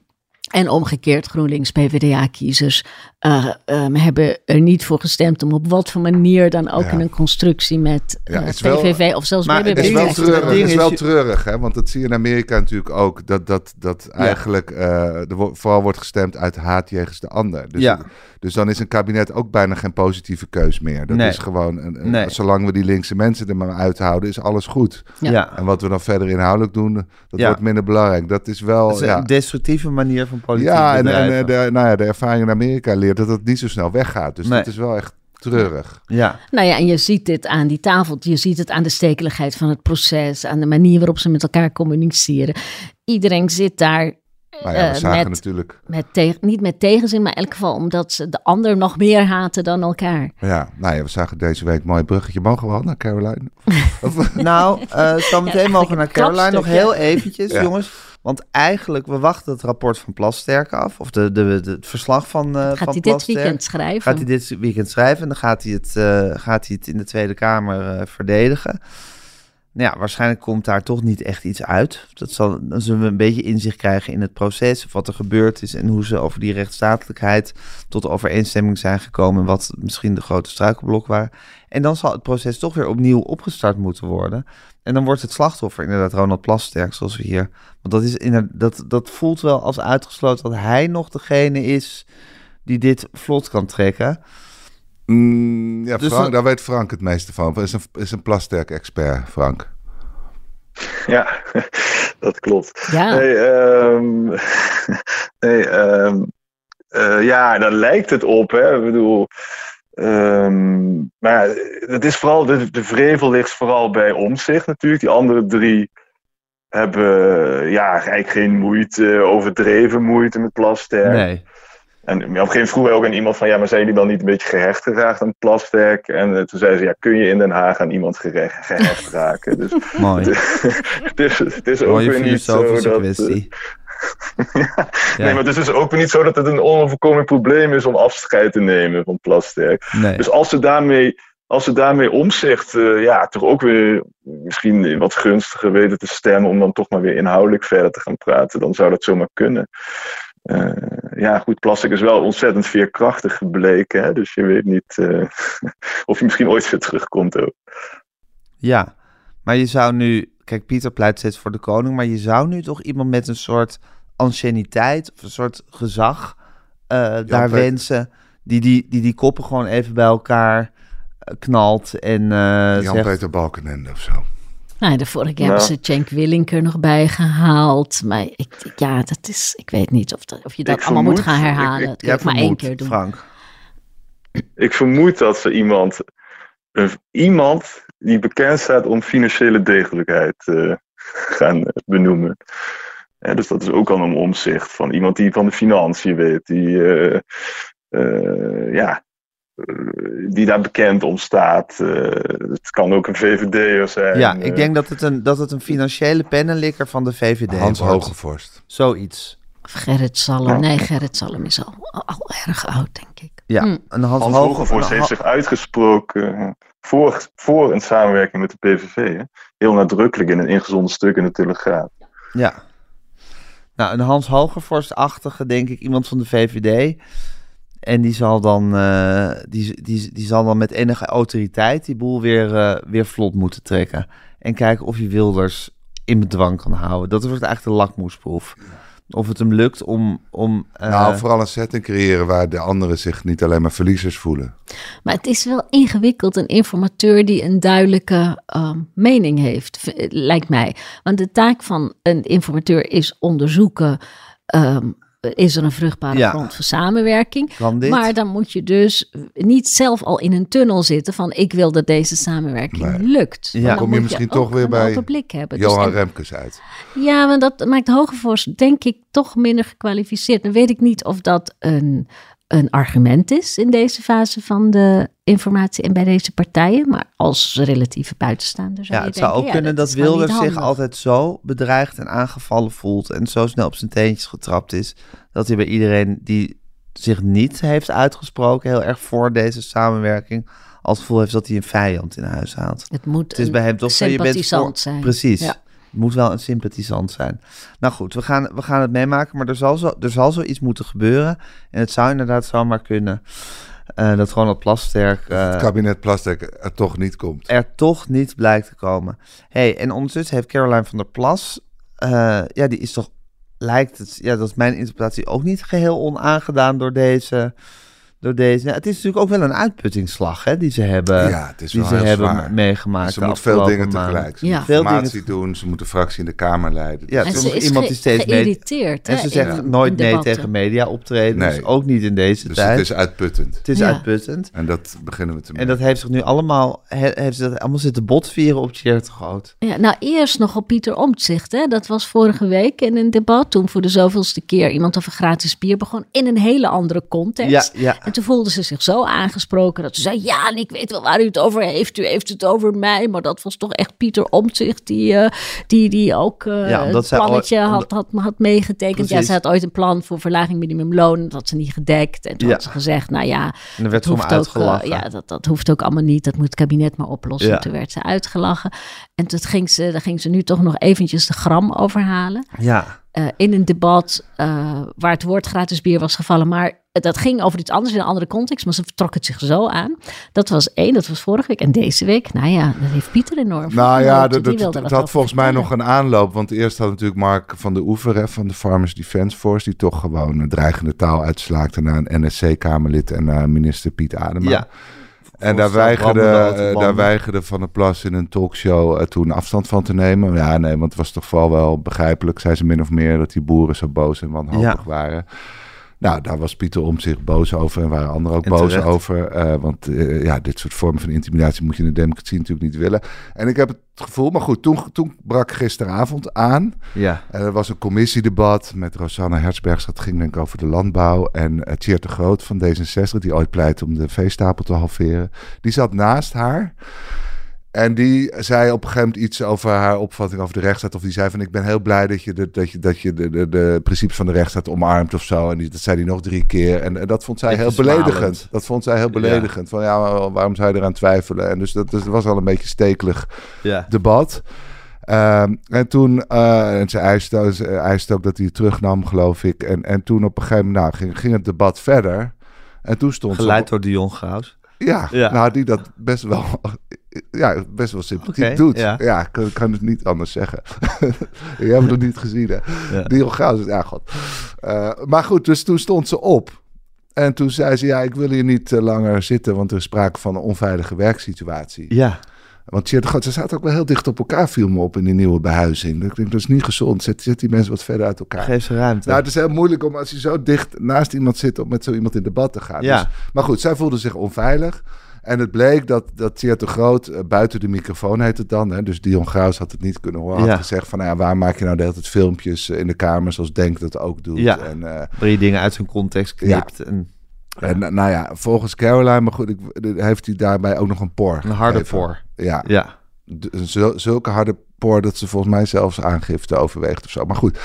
En omgekeerd, GroenLinks P v d A-kiezers uh, um, hebben er niet voor gestemd om op wat voor manier dan ook ja. in een constructie met uh, ja, P V V wel, of zelfs maar B B B. Het is wel treurig, het is wel is... treurig hè? Want dat zie je in Amerika natuurlijk ook. Dat, dat, dat ja. eigenlijk uh, er wo- vooral wordt gestemd uit haat jegens de ander. Dus, ja. dus dan is een kabinet ook bijna geen positieve keus meer. Dat nee. is gewoon, een, een, nee. zolang we die linkse mensen er maar uithouden, is alles goed. Ja. Ja. En wat we dan verder inhoudelijk doen, dat ja. wordt minder belangrijk. Dat is wel... Dat is ja. een destructieve manier van politiek Ja, en, bedrijven. en de, nou ja, de ervaring in Amerika leert dat het niet zo snel weggaat. Dus nee. dat is wel echt treurig. Ja. Nou ja, en je ziet dit aan die tafel. Je ziet het aan de stekeligheid van het proces. Aan de manier waarop ze met elkaar communiceren. Iedereen zit daar... Nou ja, we zagen met, natuurlijk... Met tegen, niet met tegenzin, maar in elk geval omdat ze de ander nog meer haten dan elkaar. Ja, nou ja, we zagen deze week een mooi bruggetje. Mogen we al naar Caroline? Of... Nou, uh, zometeen ja, mogen we naar Caroline. Nog heel eventjes, ja. jongens. Want eigenlijk, we wachten het rapport van Plasterk af. Of de, de, de, het verslag van, uh, gaat van hij Plasterk. dit weekend schrijven? Gaat hij dit weekend schrijven. En dan gaat hij het, uh, gaat hij het in de Tweede Kamer uh, verdedigen. Nou ja, waarschijnlijk komt daar toch niet echt iets uit. Dat zal, dan zullen we een beetje inzicht krijgen in het proces, of wat er gebeurd is en hoe ze over die rechtsstatelijkheid tot overeenstemming zijn gekomen, wat misschien de grote struikelblok waren. En dan zal het proces toch weer opnieuw opgestart moeten worden. En dan wordt het slachtoffer inderdaad Ronald Plasterk, zoals we hier. Want dat, is inderdaad, dat, dat voelt wel als uitgesloten dat hij nog degene is die dit vlot kan trekken. Mm, ja, dus Frank, dan... daar weet Frank het meeste van. Is een, is een Plasterk-expert, Frank. Ja, dat klopt. Ja, nee, um, nee um, uh, ja, daar lijkt het op. Hè. Ik bedoel, um, maar het is vooral, de, de vrevel ligt vooral bij Omtzigt natuurlijk. Die andere drie hebben ja, eigenlijk geen moeite, overdreven moeite met Plasterk. Nee. En op een gegeven moment vroeg ook aan iemand van, ja, maar zijn jullie dan niet een beetje gehecht geraakt aan Plasterk? En uh, toen zei ze, ja, kun je in Den Haag aan iemand gerecht, gehecht raken? Dus mooi. Het is, het is ook mooie weer niet zo dat... kwestie. ja. Ja. Nee, maar het is dus ook weer niet zo dat het een onoverkomelijk probleem is om afscheid te nemen van Plasterk. Nee. Dus als ze daarmee, als ze daarmee Omtzigt, uh, ja, toch ook weer misschien wat gunstiger weten te stemmen om dan toch maar weer inhoudelijk verder te gaan praten, dan zou dat zomaar kunnen. Uh, ja, goed, Plasterk is wel ontzettend veerkrachtig gebleken, hè? Dus je weet niet uh, of hij misschien ooit weer terugkomt ook. Ja, maar je zou nu, kijk, Pieter pleit steeds voor de koning, maar je zou nu toch iemand met een soort anciëniteit of een soort gezag uh, daar Peter. wensen, die die, die die koppen gewoon even bij elkaar uh, knalt en uh, Jan-Peter zegt... Balkenende of zo. Nou, de vorige keer nou. hebben ze Cenk Willink er nog bij gehaald. Maar ik, ja, dat is, ik weet niet of, dat, of je dat ik allemaal vermoed, moet gaan herhalen. Ik, dat ik, kun je maar één keer doen. Frank. Ik vermoed dat ze iemand, een, iemand die bekend staat om financiële degelijkheid uh, gaan benoemen. Ja, dus dat is ook al een Omtzigt van iemand die van de financiën weet. Die, uh, uh, ja, die daar bekend om staat. Uh, het kan ook een V V D'er zijn. Ja, ik denk dat het een, dat het een financiële pennenlikker van de V V D Hans wordt. Hogevorst. Zoiets. Of Gerrit Salm. Nee, Gerrit Salm is al, al erg oud, denk ik. Ja, hm. een Hans, Hans Hogevorst heeft zich uitgesproken voor, voor een samenwerking met de P V V. Hè? Heel nadrukkelijk in een ingezonden stuk in de Telegraaf. Ja. Nou, een Hans Hogevorst-achtige, denk ik, iemand van de V V D. En die zal dan, uh, die, die, die zal dan met enige autoriteit die boel weer, uh, weer vlot moeten trekken. En kijken of hij Wilders in bedwang kan houden. Dat wordt eigenlijk de lakmoesproef. Of het hem lukt om... om uh... Nou, vooral een setting creëren waar de anderen zich niet alleen maar verliezers voelen. Maar het is wel ingewikkeld, een informateur die een duidelijke um, mening heeft, lijkt mij. Want de taak van een informateur is onderzoeken... Um, is er een vruchtbare ja. grond voor samenwerking. Kan dit? Maar dan moet je dus niet zelf al in een tunnel zitten van ik wil dat deze samenwerking nee. lukt. Ja. Dan Dan kom je moet misschien je toch weer bij blik hebben. Johan dus, Remkes uit. Ja, want dat maakt Hogevorst denk ik toch minder gekwalificeerd. Dan weet ik niet of dat een, een argument is in deze fase van de informatie en bij deze partijen. Maar als relatieve buitenstaander zou ja, je het denken, zou ook ja, kunnen dat, dat Wilders zich handig. altijd zo bedreigd en aangevallen voelt en zo snel op zijn teentjes getrapt is, dat hij bij iedereen die zich niet heeft uitgesproken heel erg voor deze samenwerking als het gevoel heeft dat hij een vijand in huis haalt. Het moet Het is bij hem toch zo, je bent sympathisant voor... zijn. Precies. Ja. Het moet wel een sympathisant zijn. Nou goed, we gaan, we gaan het meemaken, maar er zal, zo, er zal zoiets moeten gebeuren. En het zou inderdaad zomaar kunnen uh, dat Ronald Plasterk uh, Het kabinet Plasterk er toch niet komt. er toch niet blijkt te komen. Hey, en ondertussen heeft Caroline van der Plas, uh, ja, die is toch, lijkt het, ja, dat is mijn interpretatie, ook niet geheel onaangedaan door deze... Door deze. Ja, het is natuurlijk ook wel een uitputtingsslag hè, die ze hebben, Ja, het is die wel ze heel hebben zwaar. meegemaakt. Ze de moet veel afgelopen dingen maanden. tegelijk. Ze Ja. moet Veel informatie dingen- doen, ze moet de fractie in de Kamer leiden. Ja, En soms ze is iemand ge- die steeds mee- geïrriteerd. En hè, ze zegt in- nooit in nee debatten. tegen media optreden, Nee. dus ook niet in deze Dus tijd. het is uitputtend. Het is Ja. uitputtend. En dat beginnen we te En merken. dat heeft zich nu allemaal, he- heeft ze dat allemaal zitten botvieren op Tjeerd de Groot. Ja, nou, eerst nog op Pieter Omtzigt. Hè? Dat was vorige week in een debat. Toen voor de zoveelste keer iemand over gratis bier begon. In een hele andere context. Ja, ja. En toen voelde ze zich zo aangesproken dat ze zei... ja, en ik weet wel waar u het over heeft. U heeft het over mij. Maar dat was toch echt Pieter Omtzigt die, uh, die, die ook uh, Ja, omdat het zij plannetje ooit- had, had, had meegetekend. Ja, Precies. ze had ooit een plan voor verlaging minimumloon. Dat had ze niet gedekt. En toen Ja. had ze gezegd, nou ja... En dan werd dat ze om hoeft ook, uh, uitgelachen. ja, dat, dat hoeft ook allemaal niet. Dat moet het kabinet maar oplossen. Ja. Toen werd ze uitgelachen. En toen ging ze, daar ging ze nu toch nog eventjes de gram overhalen. Ja. Uh, in een debat uh, waar het woord gratis bier was gevallen. Maar dat ging over iets anders in een andere context. Maar ze vertrok het zich zo aan. Dat was één, dat was vorige week. En deze week, nou ja, dat heeft Pieter enorm Nou ja, dat, Die dat, wilde dat wat had over volgens mij vertellen. nog een aanloop. Want eerst had natuurlijk Mark van der Oever hè, van de Farmers Defence Force... die toch gewoon een dreigende taal uitslaakte naar een N S C-Kamerlid... en naar minister Piet Adema. Ja. En daar Volgens mij brandende weigerde, uh, autobanden. daar weigerde Van der Plas in een talkshow uh, toen afstand van te nemen. Ja, nee, want het was toch vooral wel begrijpelijk, zei ze min of meer, dat die boeren zo boos en wanhopig Ja. waren. Nou, daar was Pieter Omtzigt boos over en waren anderen ook En boos terecht. over. Uh, want uh, ja, dit soort vormen van intimidatie moet je in de democratie natuurlijk niet willen. En ik heb het gevoel, maar goed, toen, toen brak gisteravond aan. Ja. Uh, er was een commissiedebat met Rosanne Hertzbergs. Dat ging denk ik over de landbouw. En uh, Tjeerd de Groot van D zesenzestig, die ooit pleit om de veestapel te halveren. Die zat naast haar. En die zei op een gegeven moment iets over haar opvatting over de rechtsstaat. Of die zei van, ik ben heel blij dat je de, dat je, dat je de, de, de principes van de rechtsstaat omarmt of zo. En die, dat zei hij nog drie keer. En, en dat vond zij Beetje heel smalend. beledigend. Dat vond zij heel beledigend. Van ja, maar waarom zou je eraan twijfelen? En dus dat, dus dat was al een beetje stekelig Ja. debat. Um, en toen, uh, en ze eiste, ze eiste ook dat hij het terugnam, geloof ik. En, en toen op een gegeven moment nou, ging, ging het debat verder. En toen stond ze Geleid op- door Dion Graus. ja, Ja. nou die dat best wel, ja, best wel sympathiek Oké, doet. ja. Ja, ik kan, kan het niet anders zeggen. Je hebt het nog niet gezien, hè? Ja. Die Graus, ja, god. Uh, maar goed, dus toen stond ze op. En toen zei ze, ja, ik wil hier niet uh, langer zitten, want er is sprake van een onveilige werksituatie. Ja. Want Tjeerd de Groot, ze zaten ook wel heel dicht op elkaar, viel me op in die nieuwe behuizing. Ik denk, dat is niet gezond. Zet, zet die mensen wat verder uit elkaar. Geef ze ruimte. Nou, het is heel moeilijk om als je zo dicht naast iemand zit om met zo iemand in debat te gaan. Ja. Dus, maar goed, zij voelde zich onveilig. En het bleek dat, dat Tjeerd de Groot, uh, buiten de microfoon heet het dan, hè, dus Dion Graus had het niet kunnen horen, had Ja. gezegd van, nou ja, waar maak je nou de hele tijd filmpjes uh, in de Kamer, zoals Denk dat ook doet. Ja. En, uh, Waar je dingen uit zijn context knipt. En... En nou ja, volgens Caroline, maar goed, ik, heeft hij daarbij ook nog een por. Een harde gegeven. por. Ja. ja. Zul, zulke harde por dat ze volgens mij zelfs aangifte overweegt of zo. Maar goed,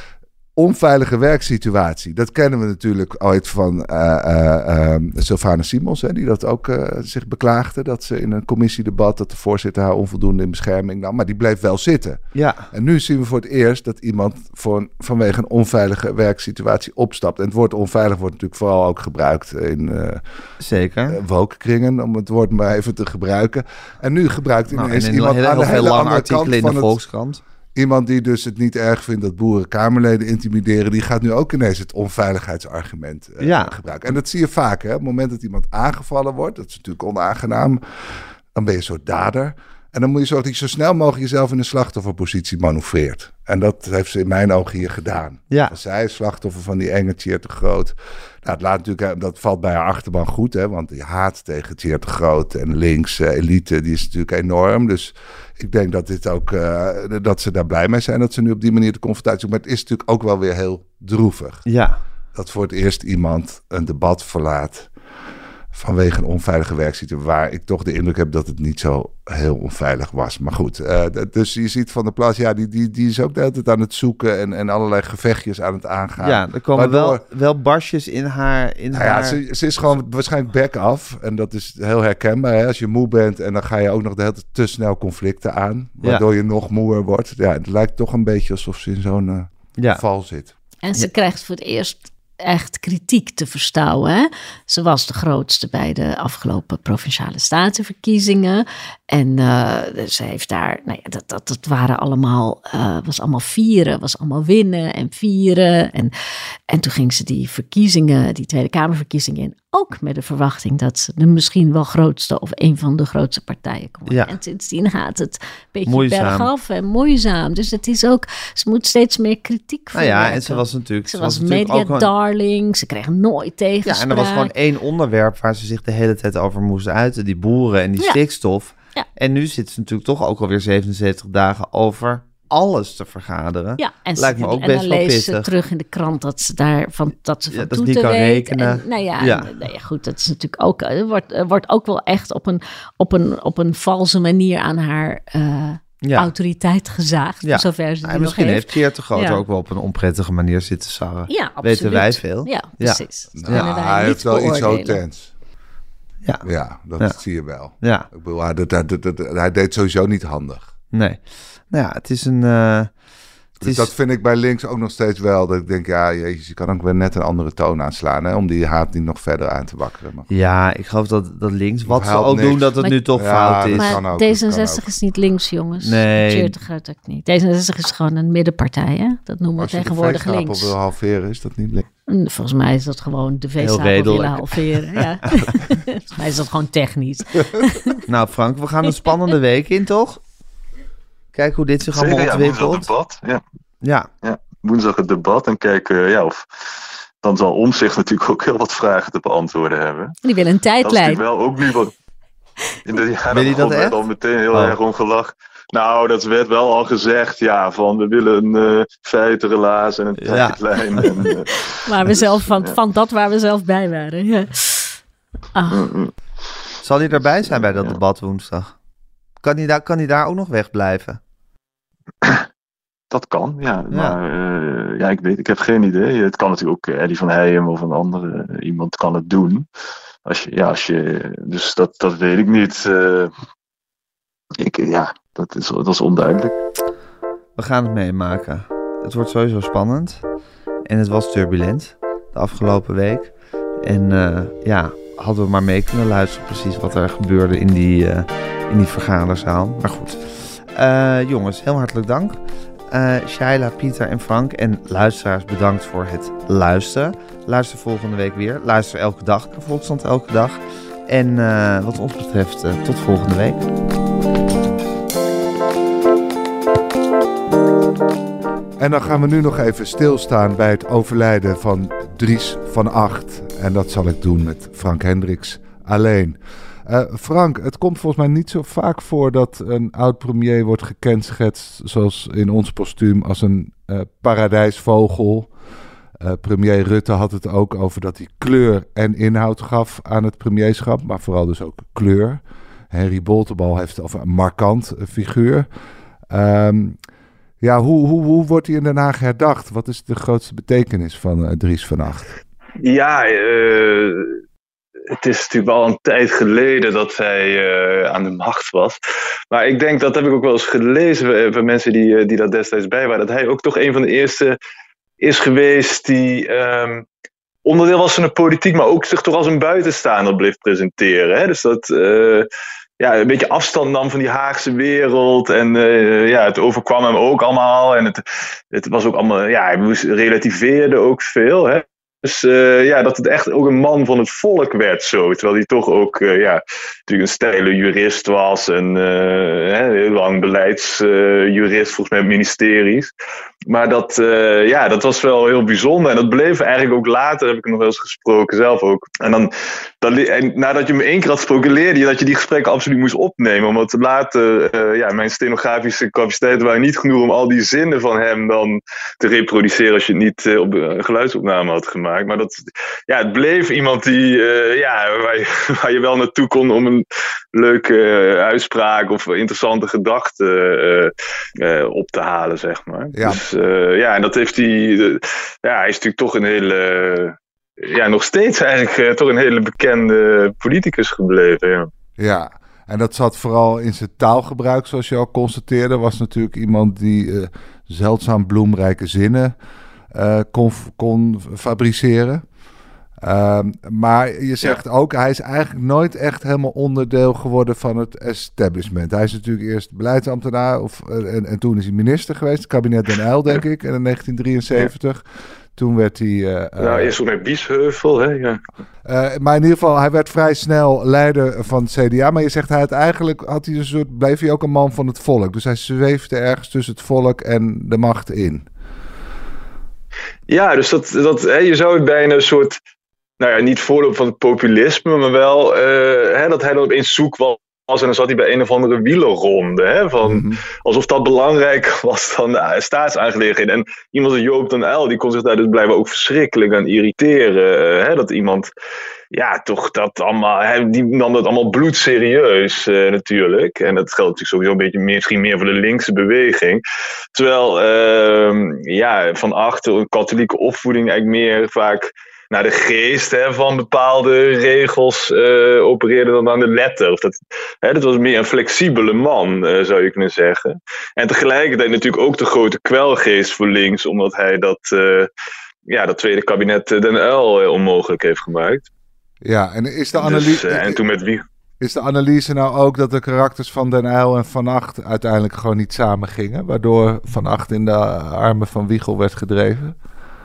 onveilige werksituatie. Dat kennen we natuurlijk ooit van uh, uh, uh, Sylvana Simons, hè, die dat ook uh, zich beklaagde. Dat ze in een commissiedebat, dat de voorzitter haar onvoldoende in bescherming nam. Maar die bleef wel zitten. Ja. En nu zien we voor het eerst dat iemand voor een, vanwege een onveilige werksituatie opstapt. En het woord onveilig wordt natuurlijk vooral ook gebruikt in uh, Zeker. Uh, woke-kringen, om het woord maar even te gebruiken. En nu gebruikt ineens nou, iemand heel, aan de heel hele lange andere kant artikelen in van de het... Volkskrant. Iemand die dus het niet erg vindt dat boeren Kamerleden intimideren, die gaat nu ook ineens het onveiligheidsargument uh, ja. gebruiken. En dat zie je vaak, hè. Op het moment dat iemand aangevallen wordt, dat is natuurlijk onaangenaam, dan ben je een soort dader. En dan moet je zorgen dat je zo snel mogelijk jezelf in een slachtofferpositie manoeuvreert. En dat heeft ze in mijn ogen hier gedaan. Ja. Zij is slachtoffer van die enge Tjeerd de Groot. Nou, het laat natuurlijk, dat valt bij haar achterban goed, hè, want die haat tegen Tjeerd de Groot en links uh, elite, die is natuurlijk enorm. Dus ik denk dat dit ook, uh, dat ze daar blij mee zijn dat ze nu op die manier de confrontatie doen. Maar het is natuurlijk ook wel weer heel droevig. Ja. Dat voor het eerst iemand een debat verlaat vanwege een onveilige werksituatie, waar ik toch de indruk heb dat het niet zo heel onveilig was. Maar goed, uh, dus je ziet Van der Plas, ja, die, die, die is ook de hele tijd aan het zoeken en, en allerlei gevechtjes aan het aangaan. Ja, er komen Waardoor, wel, wel barsjes in haar... In nou haar... ja, ze, ze is gewoon waarschijnlijk back af. En dat is heel herkenbaar. Hè? Als je moe bent en dan ga je ook nog de hele tijd te snel conflicten aan. Waardoor ja. je nog moeer wordt. Ja, het lijkt toch een beetje alsof ze in zo'n uh, ja. val zit. En ze ja. krijgt voor het eerst echt kritiek te verstouwen. Hè? Ze was de grootste bij de afgelopen Provinciale Statenverkiezingen. En uh, ze heeft daar, nou ja, dat, dat, dat waren allemaal, uh, was allemaal vieren, was allemaal winnen en vieren. En, en toen ging ze die verkiezingen, die Tweede Kamerverkiezingen in, ook met de verwachting dat ze de misschien wel grootste of een van de grootste partijen kon worden. Ja. En sindsdien gaat het een beetje moeizaam. bergaf en moeizaam. Dus het is ook, ze moet steeds meer kritiek nou ja, en ze was natuurlijk... Ze, ze was, was media darling, ze kreeg nooit tegenspraak. Ja, en er was gewoon één onderwerp waar ze zich de hele tijd over moest uiten. Die boeren en die ja. stikstof. Ja. En nu zit ze natuurlijk toch ook alweer zevenenzeventig dagen over alles te vergaderen. Ja, en, lijkt ze, me ook en best dan wel leest pittig. ze terug in de krant dat ze daar van dat ze van ja, dat toeten niet kan weet. rekenen. En, nou ja, ja. En, nou ja, goed, dat is natuurlijk ook. Er wordt, er wordt ook wel echt op een op een op een valse manier aan haar uh, ja. autoriteit gezaagd. Ja. Zover ze die ja, misschien nog heeft Tjeerd de Groot ja. ook wel op een onprettige manier zitten sarren. Ja, absoluut. Weten wij veel. Ja, precies. Ja. Nou, hij heeft wel iets hotents. Ja, ja dat ja. zie je wel. Ja. Ik bedoel, hij, dat, dat, dat, dat, hij deed sowieso niet handig. Nee. Nou ja, het is een... Uh, het dus is... dat vind ik bij links ook nog steeds wel. Dat ik denk, ja, jezus, je kan ook weer net een andere toon aanslaan. Hè, om die haat niet nog verder aan te wakkeren. Maar... Ja, ik geloof dat, dat links, wat ze ook niks. doen, dat het maar, nu toch ja, fout is. Maar ook, D zesenzestig is niet links, jongens. Nee. Tjeerd de Groot ook niet. D zesenzestig is gewoon een middenpartij, hè? Dat noemen we tegenwoordig links. Als je de wil halveren, is dat niet links? Volgens mij is dat gewoon de veestapel willen halveren. Ja. Volgens mij is dat gewoon technisch. Nou Frank, we gaan een spannende week in, toch? Kijk hoe dit zich Zeker, allemaal ontwikkelt. Ja, woensdag debat. Ja. Ja. ja, woensdag het debat en kijken ja, of... Dan zal Omtzigt natuurlijk ook heel wat vragen te beantwoorden hebben. Die wil een tijdlijn. Dat is wel ook nu wat... In de jaren wil dat werd al meteen heel oh. erg omgelachen. Nou, dat werd wel al gezegd, ja, van we willen een uh, feitenrelaas en een ja. tijdlijn. En, uh, waar we zelf van, ja. van dat waar we zelf bij waren. Ja. Ah. Mm-mm. Zal hij erbij zijn bij dat ja. debat woensdag? Kan hij, daar, kan hij daar ook nog wegblijven? Dat kan, ja. ja. Maar uh, ja, ik weet, ik heb geen idee. Het kan natuurlijk ook Eddie van Heijem of een andere uh, iemand kan het doen. Als je, ja, als je, dus dat, dat weet ik niet. Uh, ik, ja, dat is, dat is onduidelijk. We gaan het meemaken. Het wordt sowieso spannend. En het was turbulent de afgelopen week. En uh, ja, hadden we maar mee kunnen luisteren precies wat er gebeurde in die, uh, in die vergaderzaal. Maar goed. Uh, jongens, heel hartelijk dank. Uh, Shaila, Pieter en Frank en luisteraars bedankt voor het luisteren. Luister volgende week weer. Luister elke dag naar Volkskrant elke dag. En uh, wat ons betreft, uh, tot volgende week. En dan gaan we nu nog even stilstaan bij het overlijden van Dries van Acht. En dat zal ik doen met Frank Hendricks alleen. Uh, Frank, het komt volgens mij niet zo vaak voor dat een oud-premier wordt gekenschetst, zoals in ons postuum, als een uh, paradijsvogel. Uh, premier Rutte had het ook over dat hij kleur en inhoud gaf aan het premierschap, maar vooral dus ook kleur. Henry Bontebal heeft over een markant figuur. Um, ja, hoe, hoe, hoe wordt hij in Den Haag herdacht? Wat is de grootste betekenis van uh, Dries van Agt? Ja, uh, het is natuurlijk al een tijd geleden dat hij uh, aan de macht was. Maar ik denk, dat heb ik ook wel eens gelezen van mensen die, die daar destijds bij waren, dat hij ook toch een van de eerste is geweest die um, onderdeel was van de politiek, maar ook zich toch als een buitenstaander bleef presenteren. Hè? Dus dat uh, ja, een beetje afstand nam van die Haagse wereld. En uh, ja, het overkwam hem ook allemaal. En het, het was ook allemaal, ja, hij relativeerde ook veel. Hè? Dus uh, ja, dat het echt ook een man van het volk werd zo. Terwijl hij toch ook uh, ja, natuurlijk een steile jurist was. En uh, heel lang beleidsjurist uh, volgens mij op ministeries. Maar dat, uh, ja, dat was wel heel bijzonder. En dat bleef eigenlijk ook later, heb ik hem nog wel eens gesproken zelf ook. En dan, dan en nadat je hem één keer had gesproken, leerde je dat je die gesprekken absoluut moest opnemen. Omdat later, uh, ja, mijn stenografische capaciteiten waren niet genoeg om al die zinnen van hem dan te reproduceren als je het niet uh, op uh, geluidsopname had gemaakt. Maar dat, ja, het bleef iemand die, uh, ja, waar, je, waar je wel naartoe kon om een leuke uh, uitspraak of interessante gedachte uh, uh, op te halen, zeg maar. Ja. Dus uh, ja, en dat heeft hij, uh, ja, hij is natuurlijk toch een hele, uh, ja, nog steeds eigenlijk uh, toch een hele bekende politicus gebleven, ja. Ja, en dat zat vooral in zijn taalgebruik, zoals je al constateerde, was natuurlijk iemand die uh, zeldzaam bloemrijke zinnen Uh, kon, kon fabriceren. Uh, maar je zegt ja. ook, hij is eigenlijk nooit echt helemaal onderdeel geworden van het establishment. Hij is natuurlijk eerst beleidsambtenaar of, uh, en, en toen is hij minister geweest, het kabinet Den Uyl, denk ik, in negentien drieënzeventig. Ja. Toen werd hij... Uh, nou, eerst ook met Biesheuvel, hè, ja. Uh, maar in ieder geval, hij werd vrij snel leider van het C D A. Maar je zegt, hij had eigenlijk had hij een soort, bleef hij ook een man van het volk. Dus hij zweefde ergens tussen het volk en de macht in. Ja, dus dat, dat, hè, je zou het bijna een soort, nou ja, niet voorloop van het populisme, maar wel uh, hè, dat hij dan opeens zoek was en dan zat hij bij een of andere wielerronde. Hè, van, mm-hmm. Alsof dat belangrijker was dan de staatsaangelegenheden. En iemand als Joop den Uyl, die kon zich daar dus blijkbaar ook verschrikkelijk aan irriteren. Uh, hè, dat iemand, ja, toch dat allemaal, hè, die nam dat allemaal bloedserieus uh, natuurlijk. En dat geldt natuurlijk sowieso een beetje meer, misschien meer voor de linkse beweging. Terwijl, uh, ja, Van Agt, een katholieke opvoeding eigenlijk meer vaak naar de geest, hè, van bepaalde regels uh, opereerde dan aan de letter. Of dat, hè, dat was meer een flexibele man, uh, zou je kunnen zeggen. En tegelijkertijd natuurlijk ook de grote kwelgeest voor links, omdat hij dat, uh, ja, dat tweede kabinet Den Uyl uh, onmogelijk heeft gemaakt. Ja, en is de analyse... Dus, uh, en toen met wie... Is de analyse nou ook dat de karakters van Den Uyl en Van Agt uiteindelijk gewoon niet samen gingen, waardoor Van Agt in de armen van Wiegel werd gedreven?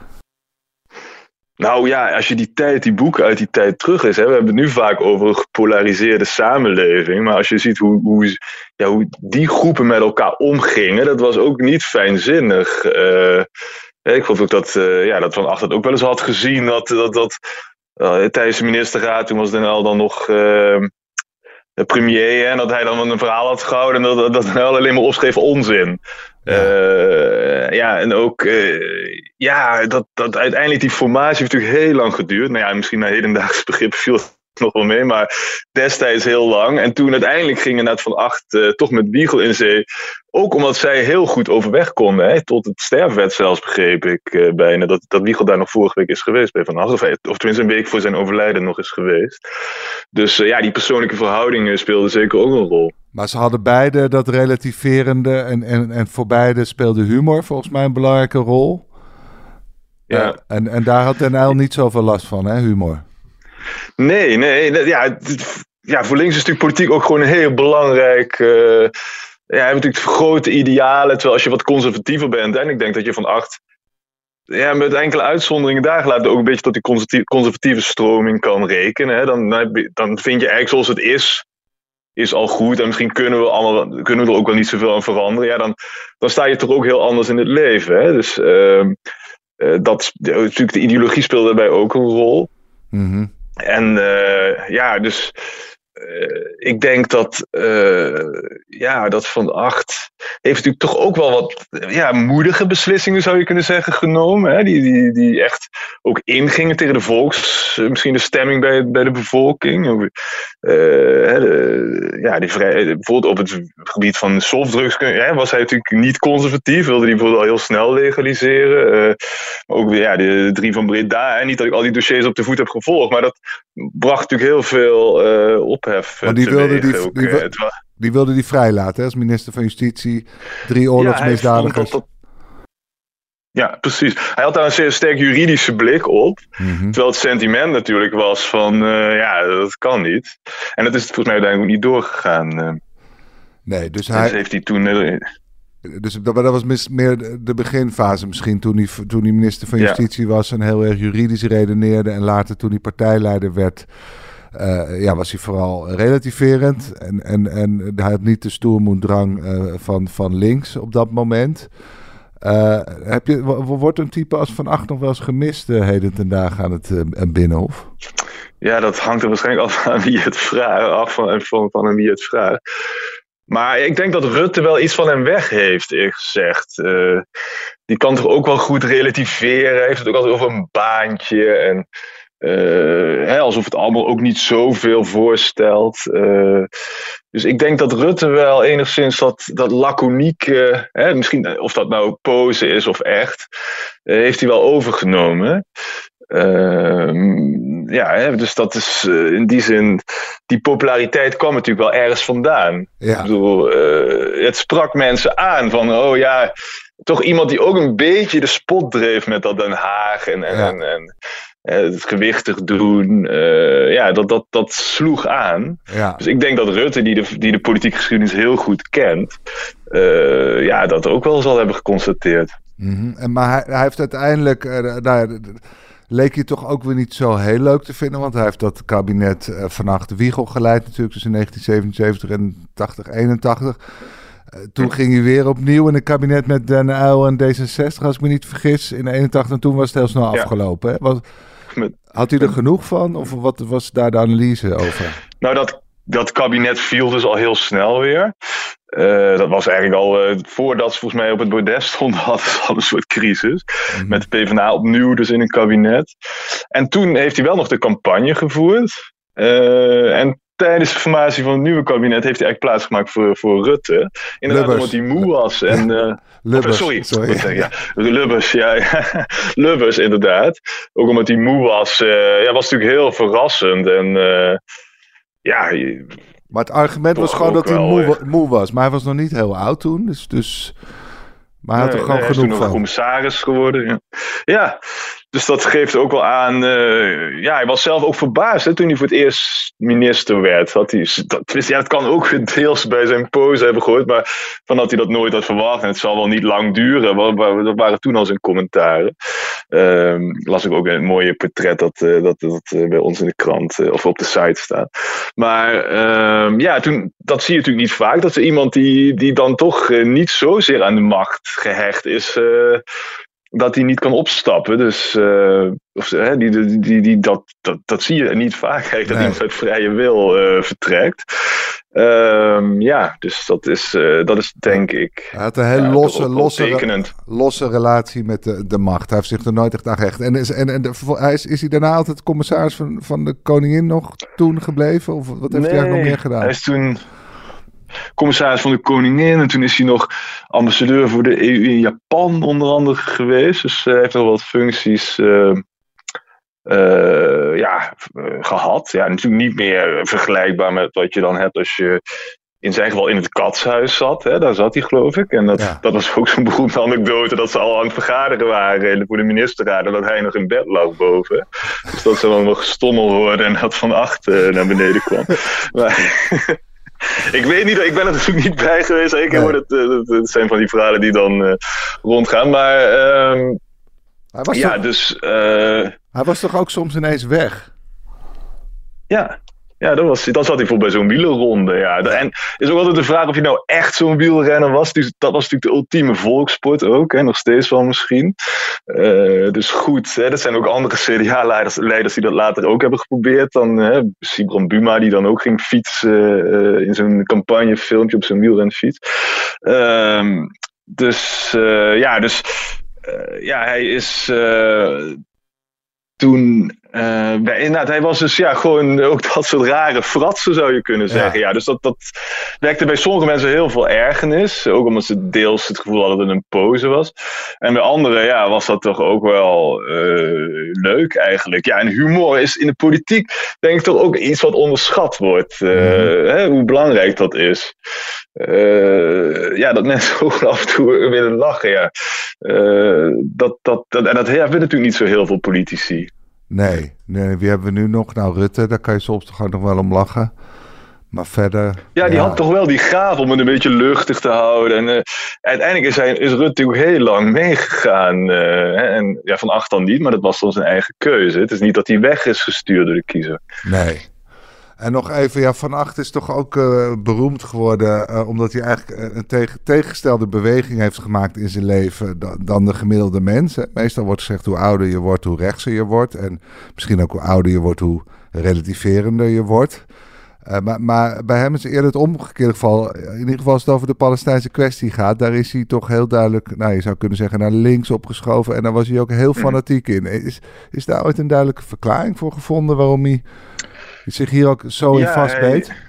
Nou ja, als je die tijd, die boeken uit die tijd terug is, hè, we hebben het nu vaak over een gepolariseerde samenleving, maar als je ziet hoe, hoe, ja, hoe die groepen met elkaar omgingen, dat was ook niet fijnzinnig. Uh, ik geloof ook dat, uh, ja, dat Van Agt het ook wel eens had gezien, dat, dat, dat uh, tijdens de ministerraad, toen was Den Uyl dan nog uh, de premier, en dat hij dan een verhaal had gehouden en dat, dat Den Uyl alleen maar opschreef onzin. Ja, uh, ja en ook uh, ja, dat, dat uiteindelijk die formatie heeft natuurlijk heel lang geduurd. Nou ja, misschien naar hedendaags begrip viel het nog wel mee, maar destijds heel lang. En toen uiteindelijk ging inderdaad Van Agt uh, toch met Wiegel in zee. Ook omdat zij heel goed overweg konden. Hè? Tot het sterfwet zelfs, begreep ik uh, bijna. Dat, dat Wiegel daar nog vorige week is geweest bij Van Agt. Of, of tenminste een week voor zijn overlijden nog is geweest. Dus uh, ja, die persoonlijke verhoudingen speelden zeker ook een rol. Maar ze hadden beide dat relativerende en, en, en voor beide speelde humor volgens mij een belangrijke rol. Ja. Uh, en, en daar had Den Uyl niet zoveel last van, hè, humor? Nee, nee. Ja, ja, voor links is natuurlijk politiek ook gewoon een heel belangrijk... Uh, ja, je hebt natuurlijk grote idealen, terwijl als je wat conservatiever bent, en ik denk dat je Van Agt, ja, met enkele uitzonderingen daar gelaten ook een beetje tot die conservatieve, conservatieve stroming kan rekenen. Hè. Dan, dan vind je eigenlijk zoals het is, is al goed. En misschien kunnen we, allemaal, kunnen we er ook wel niet zoveel aan veranderen. Ja, dan, dan sta je toch ook heel anders in het leven. Hè. Dus uh, uh, dat, natuurlijk de ideologie speelt daarbij ook een rol. Mm-hmm. En uh, ja, dus uh, ik denk dat, uh, ja, dat Van Agt heeft natuurlijk toch ook wel wat ja, moedige beslissingen, zou je kunnen zeggen, genomen. Hè? Die, die, die echt ook ingingen tegen de volks, misschien de stemming bij, bij de bevolking. Uh, de, ja, die vrij, bijvoorbeeld op het gebied van softdrugs hè, was hij natuurlijk niet conservatief, wilde hij bijvoorbeeld al heel snel legaliseren. Uh, maar ook ja, de drie van Breda, hè? Niet dat ik al die dossiers op de voet heb gevolgd, maar dat bracht natuurlijk heel veel uh, ophef. Maar die wilde die, ook, die, uh, die, die wilde die vrijlaten hè, als minister van Justitie. Drie oorlogsmisdadigers. Ja, ja, precies. Hij had daar een zeer sterk juridische blik op. Mm-hmm. Terwijl het sentiment natuurlijk was van, uh, ja, dat kan niet. En dat is volgens mij uiteindelijk ook niet doorgegaan. Uh. Nee, dus hij... Dus heeft hij toen... Uh, Dus dat, dat was mis, meer de beginfase misschien, toen hij, toen hij minister van Justitie ja. was en heel erg juridisch redeneerde. En later toen hij partijleider werd, uh, ja, was hij vooral relativerend. En, en, en hij had niet de stoermoedrang uh, van, van links op dat moment. Uh, heb je, wordt een type als Van Agt nog wel eens gemist uh, heden ten dagen aan het uh, Binnenhof? Ja, dat hangt er waarschijnlijk af aan wie het vraagt, af van, van, van wie het vraagt. Maar ik denk dat Rutte wel iets van hem weg heeft, eerlijk gezegd. Uh, die kan toch ook wel goed relativeren. Hij heeft het ook altijd over een baantje. En uh, hè, alsof het allemaal ook niet zoveel voorstelt. Uh, dus ik denk dat Rutte wel enigszins dat, dat laconieke... Hè, misschien of dat nou pose is of echt... Uh, heeft hij wel overgenomen. Uh, ja, hè, dus dat is uh, in die zin... Die populariteit kwam natuurlijk wel ergens vandaan. Ja. Ik bedoel, uh, het sprak mensen aan van... Oh ja, toch iemand die ook een beetje de spot dreef met dat Den Haag... En, en, ja. en, en, en het gewichtig doen. Uh, ja, dat, dat, dat sloeg aan. Ja. Dus ik denk dat Rutte, die de, die de politieke geschiedenis heel goed kent... Uh, ja, dat ook wel zal hebben geconstateerd. Mm-hmm. En, maar hij, hij heeft uiteindelijk... Uh, nou, leek je toch ook weer niet zo heel leuk te vinden. Want hij heeft dat kabinet uh, Van Agt Wiegel geleid natuurlijk tussen negentien zevenenzeventig en tachtig eenentachtig. Uh, toen ging hij weer opnieuw in een kabinet met Den Uyl en D zesenzestig, als ik me niet vergis, in eenentachtig. En toen was het heel snel ja. afgelopen. Hè? Wat, had hij er genoeg van? Of wat was daar de analyse over? Nou, dat, dat kabinet viel dus al heel snel weer. Uh, dat was eigenlijk al uh, voordat ze volgens mij op het bordes stonden, hadden ze al een soort crisis. Mm-hmm. Met de PvdA opnieuw dus in een kabinet. En toen heeft hij wel nog de campagne gevoerd. Uh, en tijdens de formatie van het nieuwe kabinet heeft hij eigenlijk plaatsgemaakt voor, voor Rutte. Inderdaad, Lubbers. Omdat hij moe was. En, uh, Lubbers, sorry. sorry. sorry. Ja, Lubbers, ja, ja. Lubbers inderdaad. Ook omdat hij moe was. Uh, ja, was natuurlijk heel verrassend. En uh, ja... Je, Maar het argument was gewoon dat hij moe, moe was. Maar hij was nog niet heel oud toen. Dus, dus... Maar hij had nee, er gewoon nee, genoeg hij is toen van. commissaris geworden. Ja. ja, dus dat geeft ook wel aan... Uh, ja, hij was zelf ook verbaasd hè, toen hij voor het eerst minister werd. Had hij, dat, ja, dat kan ook deels bij zijn pose hebben gehoord. Maar van dat hij dat nooit had verwacht. En het zal wel niet lang duren. Dat waren toen al zijn commentaren. Uh, las ik ook een mooie portret dat, uh, dat, dat uh, bij ons in de krant uh, of op de site staat. Maar uh, ja, toen, dat zie je natuurlijk niet vaak. Dat er iemand die, die dan toch uh, niet zozeer aan de macht gehecht is, uh, dat hij niet kan opstappen. Dus uh, of, uh, die, die, die, die, dat, dat, dat zie je niet vaak, eigenlijk, dat nee. iemand uit vrije wil uh, vertrekt. Um, ja, dus dat is, uh, dat is denk ik... Hij had een hele ja, losse, losse, losse relatie met de, de macht. Hij heeft zich er nooit echt aan gehecht. En, is, en, en de, hij is, is hij daarna altijd commissaris van, van de koningin nog toen gebleven? Of wat heeft nee, hij eigenlijk nog meer gedaan? Hij is toen... commissaris van de koningin. En toen is hij nog ambassadeur voor de E U in Japan onder andere geweest. Dus hij uh, heeft nog wat functies uh, uh, ja, uh, gehad. Ja, natuurlijk niet meer vergelijkbaar met wat je dan hebt als je in zijn geval in het katshuis zat. Hè? Daar zat hij, geloof ik. En dat, ja. dat was ook zo'n beroemde anekdote dat ze al aan het vergaderen waren voor de ministerraad en dat hij nog in bed lag boven. Dus dat ze dan nog gestommel hoorden en dat Van Agt uh, naar beneden kwam. Maar... Ik weet niet, ik ben er natuurlijk niet bij geweest. Ik nee. het, het, het zijn van die verhalen die dan uh, rondgaan. Maar uh, hij was ja, toch, dus... Uh, hij was toch ook soms ineens weg? Ja. Ja, dat was, dan zat hij voor bij zo'n wielerronde. Ja. En is ook altijd de vraag of hij nou echt zo'n wielrenner was. Dus dat was natuurlijk de ultieme volkssport ook. Hè, nog steeds wel misschien. Uh, dus goed, hè, dat zijn ook andere C D A-leiders leiders die dat later ook hebben geprobeerd. Dan hè, Sibran Buma die dan ook ging fietsen uh, in zo'n campagnefilmpje op zijn wielrenfiets. Uh, dus uh, ja, dus uh, ja, hij is uh, toen... Uh, inderdaad, hij was dus ja, gewoon ook dat soort rare fratsen zou je kunnen zeggen. Ja. Ja, dus dat, dat wekte bij sommige mensen heel veel ergernis. Ook omdat ze deels het gevoel hadden dat het een pose was. En bij anderen ja, was dat toch ook wel uh, leuk eigenlijk. Ja, en humor is in de politiek denk ik toch ook iets wat onderschat wordt. Uh, mm-hmm. hè, hoe belangrijk dat is. Uh, ja, dat mensen ook af en toe willen lachen. Ja. Uh, dat, dat, dat, en dat hebben natuurlijk niet zo heel veel politici. Nee, nee, wie hebben we nu nog? Nou, Rutte, daar kan je soms toch ook nog wel om lachen. Maar verder... Ja, die ja. had toch wel die gaaf om het een beetje luchtig te houden. En uh, uiteindelijk is, hij, is Rutte ook heel lang meegegaan. Uh, en ja, Van Agt dan niet, maar dat was dan zijn eigen keuze. Het is niet dat hij weg is gestuurd door de kiezer. Nee. En nog even, ja, Van Agt is toch ook uh, beroemd geworden... Uh, omdat hij eigenlijk een tegen, tegengestelde beweging heeft gemaakt in zijn leven... dan, dan de gemiddelde mens. Hè. Meestal wordt gezegd hoe ouder je wordt, hoe rechtser je wordt. En misschien ook hoe ouder je wordt, hoe relativerender je wordt. Uh, maar, maar bij hem is eerder het omgekeerde geval. In ieder geval als het over de Palestijnse kwestie gaat... daar is hij toch heel duidelijk, nou je zou kunnen zeggen... naar links opgeschoven. En daar was hij ook heel fanatiek in. Is, is daar ooit een duidelijke verklaring voor gevonden... waarom hij... zich hier ook zo in ja, vastbeet? Hij,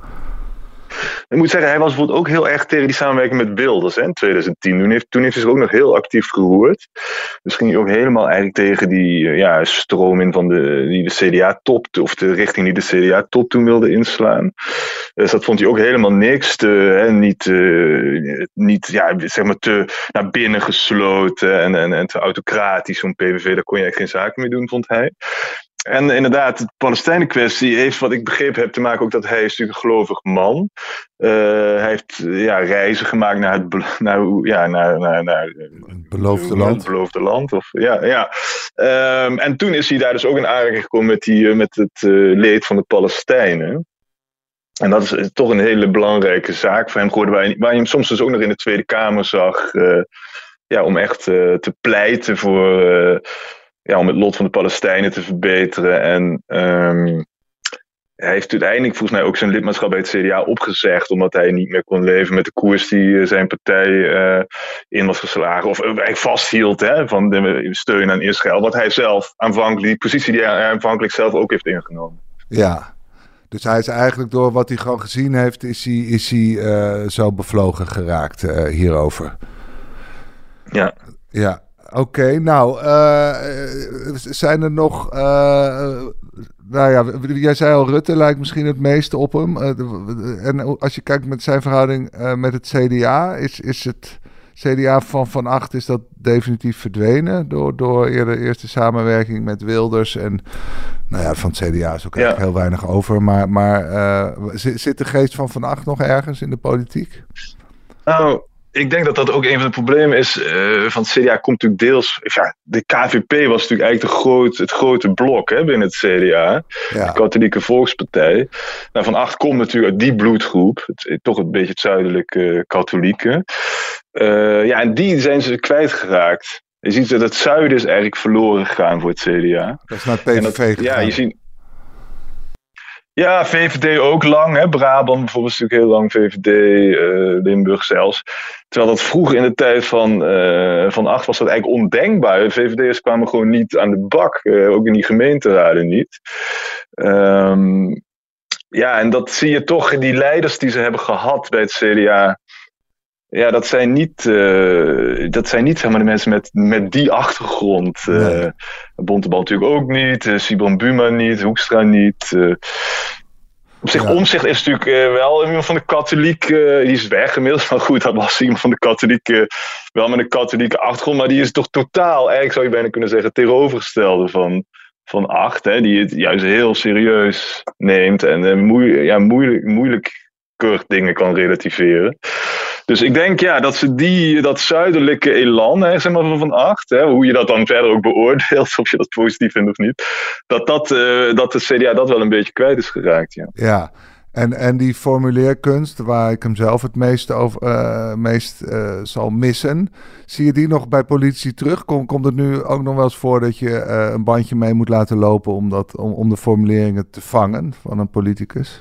ik moet zeggen, hij was bijvoorbeeld ook heel erg tegen die samenwerking met Wilders hè, in twintig tien. Toen heeft, toen heeft hij zich ook nog heel actief geroerd. Dus ging hij ook helemaal eigenlijk tegen die ja, stroom in van de, die de C D A-top, of de richting die de C D A-top toen wilde inslaan. Dus dat vond hij ook helemaal niks. Te, hè, niet uh, niet ja, zeg maar te naar binnen gesloten en, en, en te autocratisch. Zo'n P V V, daar kon je eigenlijk geen zaken mee doen, vond hij. En inderdaad, de Palestijnen-kwestie heeft, wat ik begrepen heb, te maken ook dat hij is natuurlijk een gelovig man. Uh, hij heeft ja, reizen gemaakt naar het, be- naar, ja, naar, naar, naar, het beloofde land. Het beloofde land. Of, ja, ja. Um, en toen is hij daar dus ook in aanraking gekomen met, die, met het uh, leed van de Palestijnen. En dat is toch een hele belangrijke zaak voor hem geworden, waar je, waar je hem soms dus ook nog in de Tweede Kamer zag. Uh, ja, om echt uh, te pleiten voor... Uh, Ja, om het lot van de Palestijnen te verbeteren. En um, hij heeft uiteindelijk volgens mij ook zijn lidmaatschap bij het C D A opgezegd. Omdat hij niet meer kon leven met de koers die uh, zijn partij uh, in was geslagen. Of uh, eigenlijk vasthield hè, van de steun aan Israël. Wat hij zelf aanvankelijk, die positie die hij aanvankelijk zelf ook heeft ingenomen. Ja, dus hij is eigenlijk door wat hij gewoon gezien heeft, is hij, is hij uh, zo bevlogen geraakt uh, hierover. Ja. Ja. Oké, okay, nou, uh, zijn er nog... Uh, nou ja, jij zei al, Rutte lijkt misschien het meeste op hem. Uh, en als je kijkt met zijn verhouding uh, met het C D A... is, is het C D A van Van Agt is dat definitief verdwenen... door, door eerder eerste samenwerking met Wilders. En nou ja, van het C D A is ook ja. heel weinig over. Maar, maar uh, zit de geest van Van Agt nog ergens in de politiek? Nou... Ik denk dat dat ook een van de problemen is uh, van het C D A. Komt natuurlijk deels. Ja, de K V P was natuurlijk eigenlijk de groot, het grote blok hè, binnen het C D A. Ja. De Katholieke Volkspartij. Nou, Van Agt komt natuurlijk uit die bloedgroep. Het, toch een beetje het zuidelijke uh, katholieke. Uh, ja, en die zijn ze kwijtgeraakt. Je ziet dat het zuiden is eigenlijk verloren gegaan voor het C D A. Dat is naar het P V V gegaan. Ja, je ziet. Ja, V V D ook lang. Hè. Brabant bijvoorbeeld is natuurlijk heel lang V V D. Uh, Limburg zelfs. Terwijl dat vroeger in de tijd van, uh, van Agt was dat eigenlijk ondenkbaar. De V V D'ers kwamen gewoon niet aan de bak. Uh, ook in die gemeenteraden niet. Um, ja, en dat zie je toch. Die leiders die ze hebben gehad bij het C D A. Ja, dat zijn niet, uh, dat zijn niet zeg maar, de mensen met, met die achtergrond. Uh, nee. Bontebal natuurlijk ook niet. Uh, Sibran Buma niet. Hoekstra niet. Uh, op zich, ja. Omtzigt is natuurlijk uh, wel iemand van de katholiek. Uh, die is weg inmiddels. Maar goed, dat was iemand van de katholiek. Uh, wel met een katholieke achtergrond. Maar die is toch totaal, eigenlijk zou je bijna kunnen zeggen, tegenovergestelde van, van Agt. Hè, die het juist heel serieus neemt. En uh, moeilijk, ja, moeilijk, moeilijk dingen kan relativeren. Dus ik denk ja, dat ze die, dat zuidelijke elan, hè, zeg maar van Van Agt, hè, hoe je dat dan verder ook beoordeelt, of je dat positief vindt of niet, dat, dat, uh, dat de C D A dat wel een beetje kwijt is geraakt. Ja, ja. En, en die formuleerkunst, waar ik hem zelf het meest, over, uh, meest uh, zal missen, zie je die nog bij politici terug? Kom, komt het nu ook nog wel eens voor dat je uh, een bandje mee moet laten lopen om, dat, om, om de formuleringen te vangen van een politicus?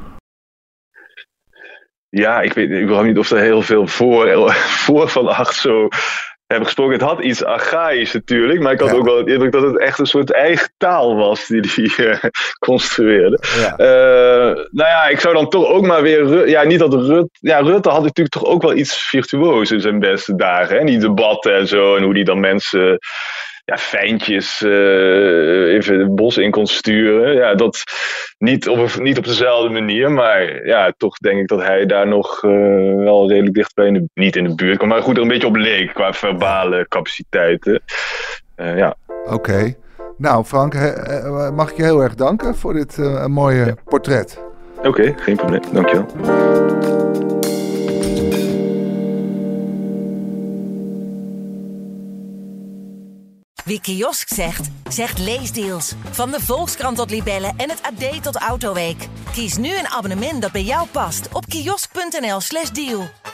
Ja, ik weet ik weet niet of er heel veel voor, voor Van Agt zo hebben gesproken. Het had iets archaïs natuurlijk, maar ik had ja. ook wel het indruk dat het echt een soort eigen taal was die hij uh, construeerde. Ja. Uh, nou ja, ik zou dan toch ook maar weer... Ja, niet dat Rutte... Ja, Rutte had natuurlijk toch ook wel iets virtuoos in zijn beste dagen. Hè? Die debatten en zo, en hoe die dan mensen... Ja, fijntjes uh, even het bos in kon sturen. Ja, dat niet op, niet op dezelfde manier, maar ja, toch denk ik dat hij daar nog uh, wel redelijk dichtbij, in de, niet in de buurt kwam, maar goed er een beetje op leek qua verbale capaciteiten. Uh, ja. Oké. Okay. Nou Frank, he, mag ik je heel erg danken voor dit uh, mooie ja. portret. Oké, okay, geen probleem. Dankjewel. Wie kiosk zegt, zegt leesdeals. Van de Volkskrant tot Libellen en het A D tot Autoweek. Kies nu een abonnement dat bij jou past op kiosk punt n l slash deal.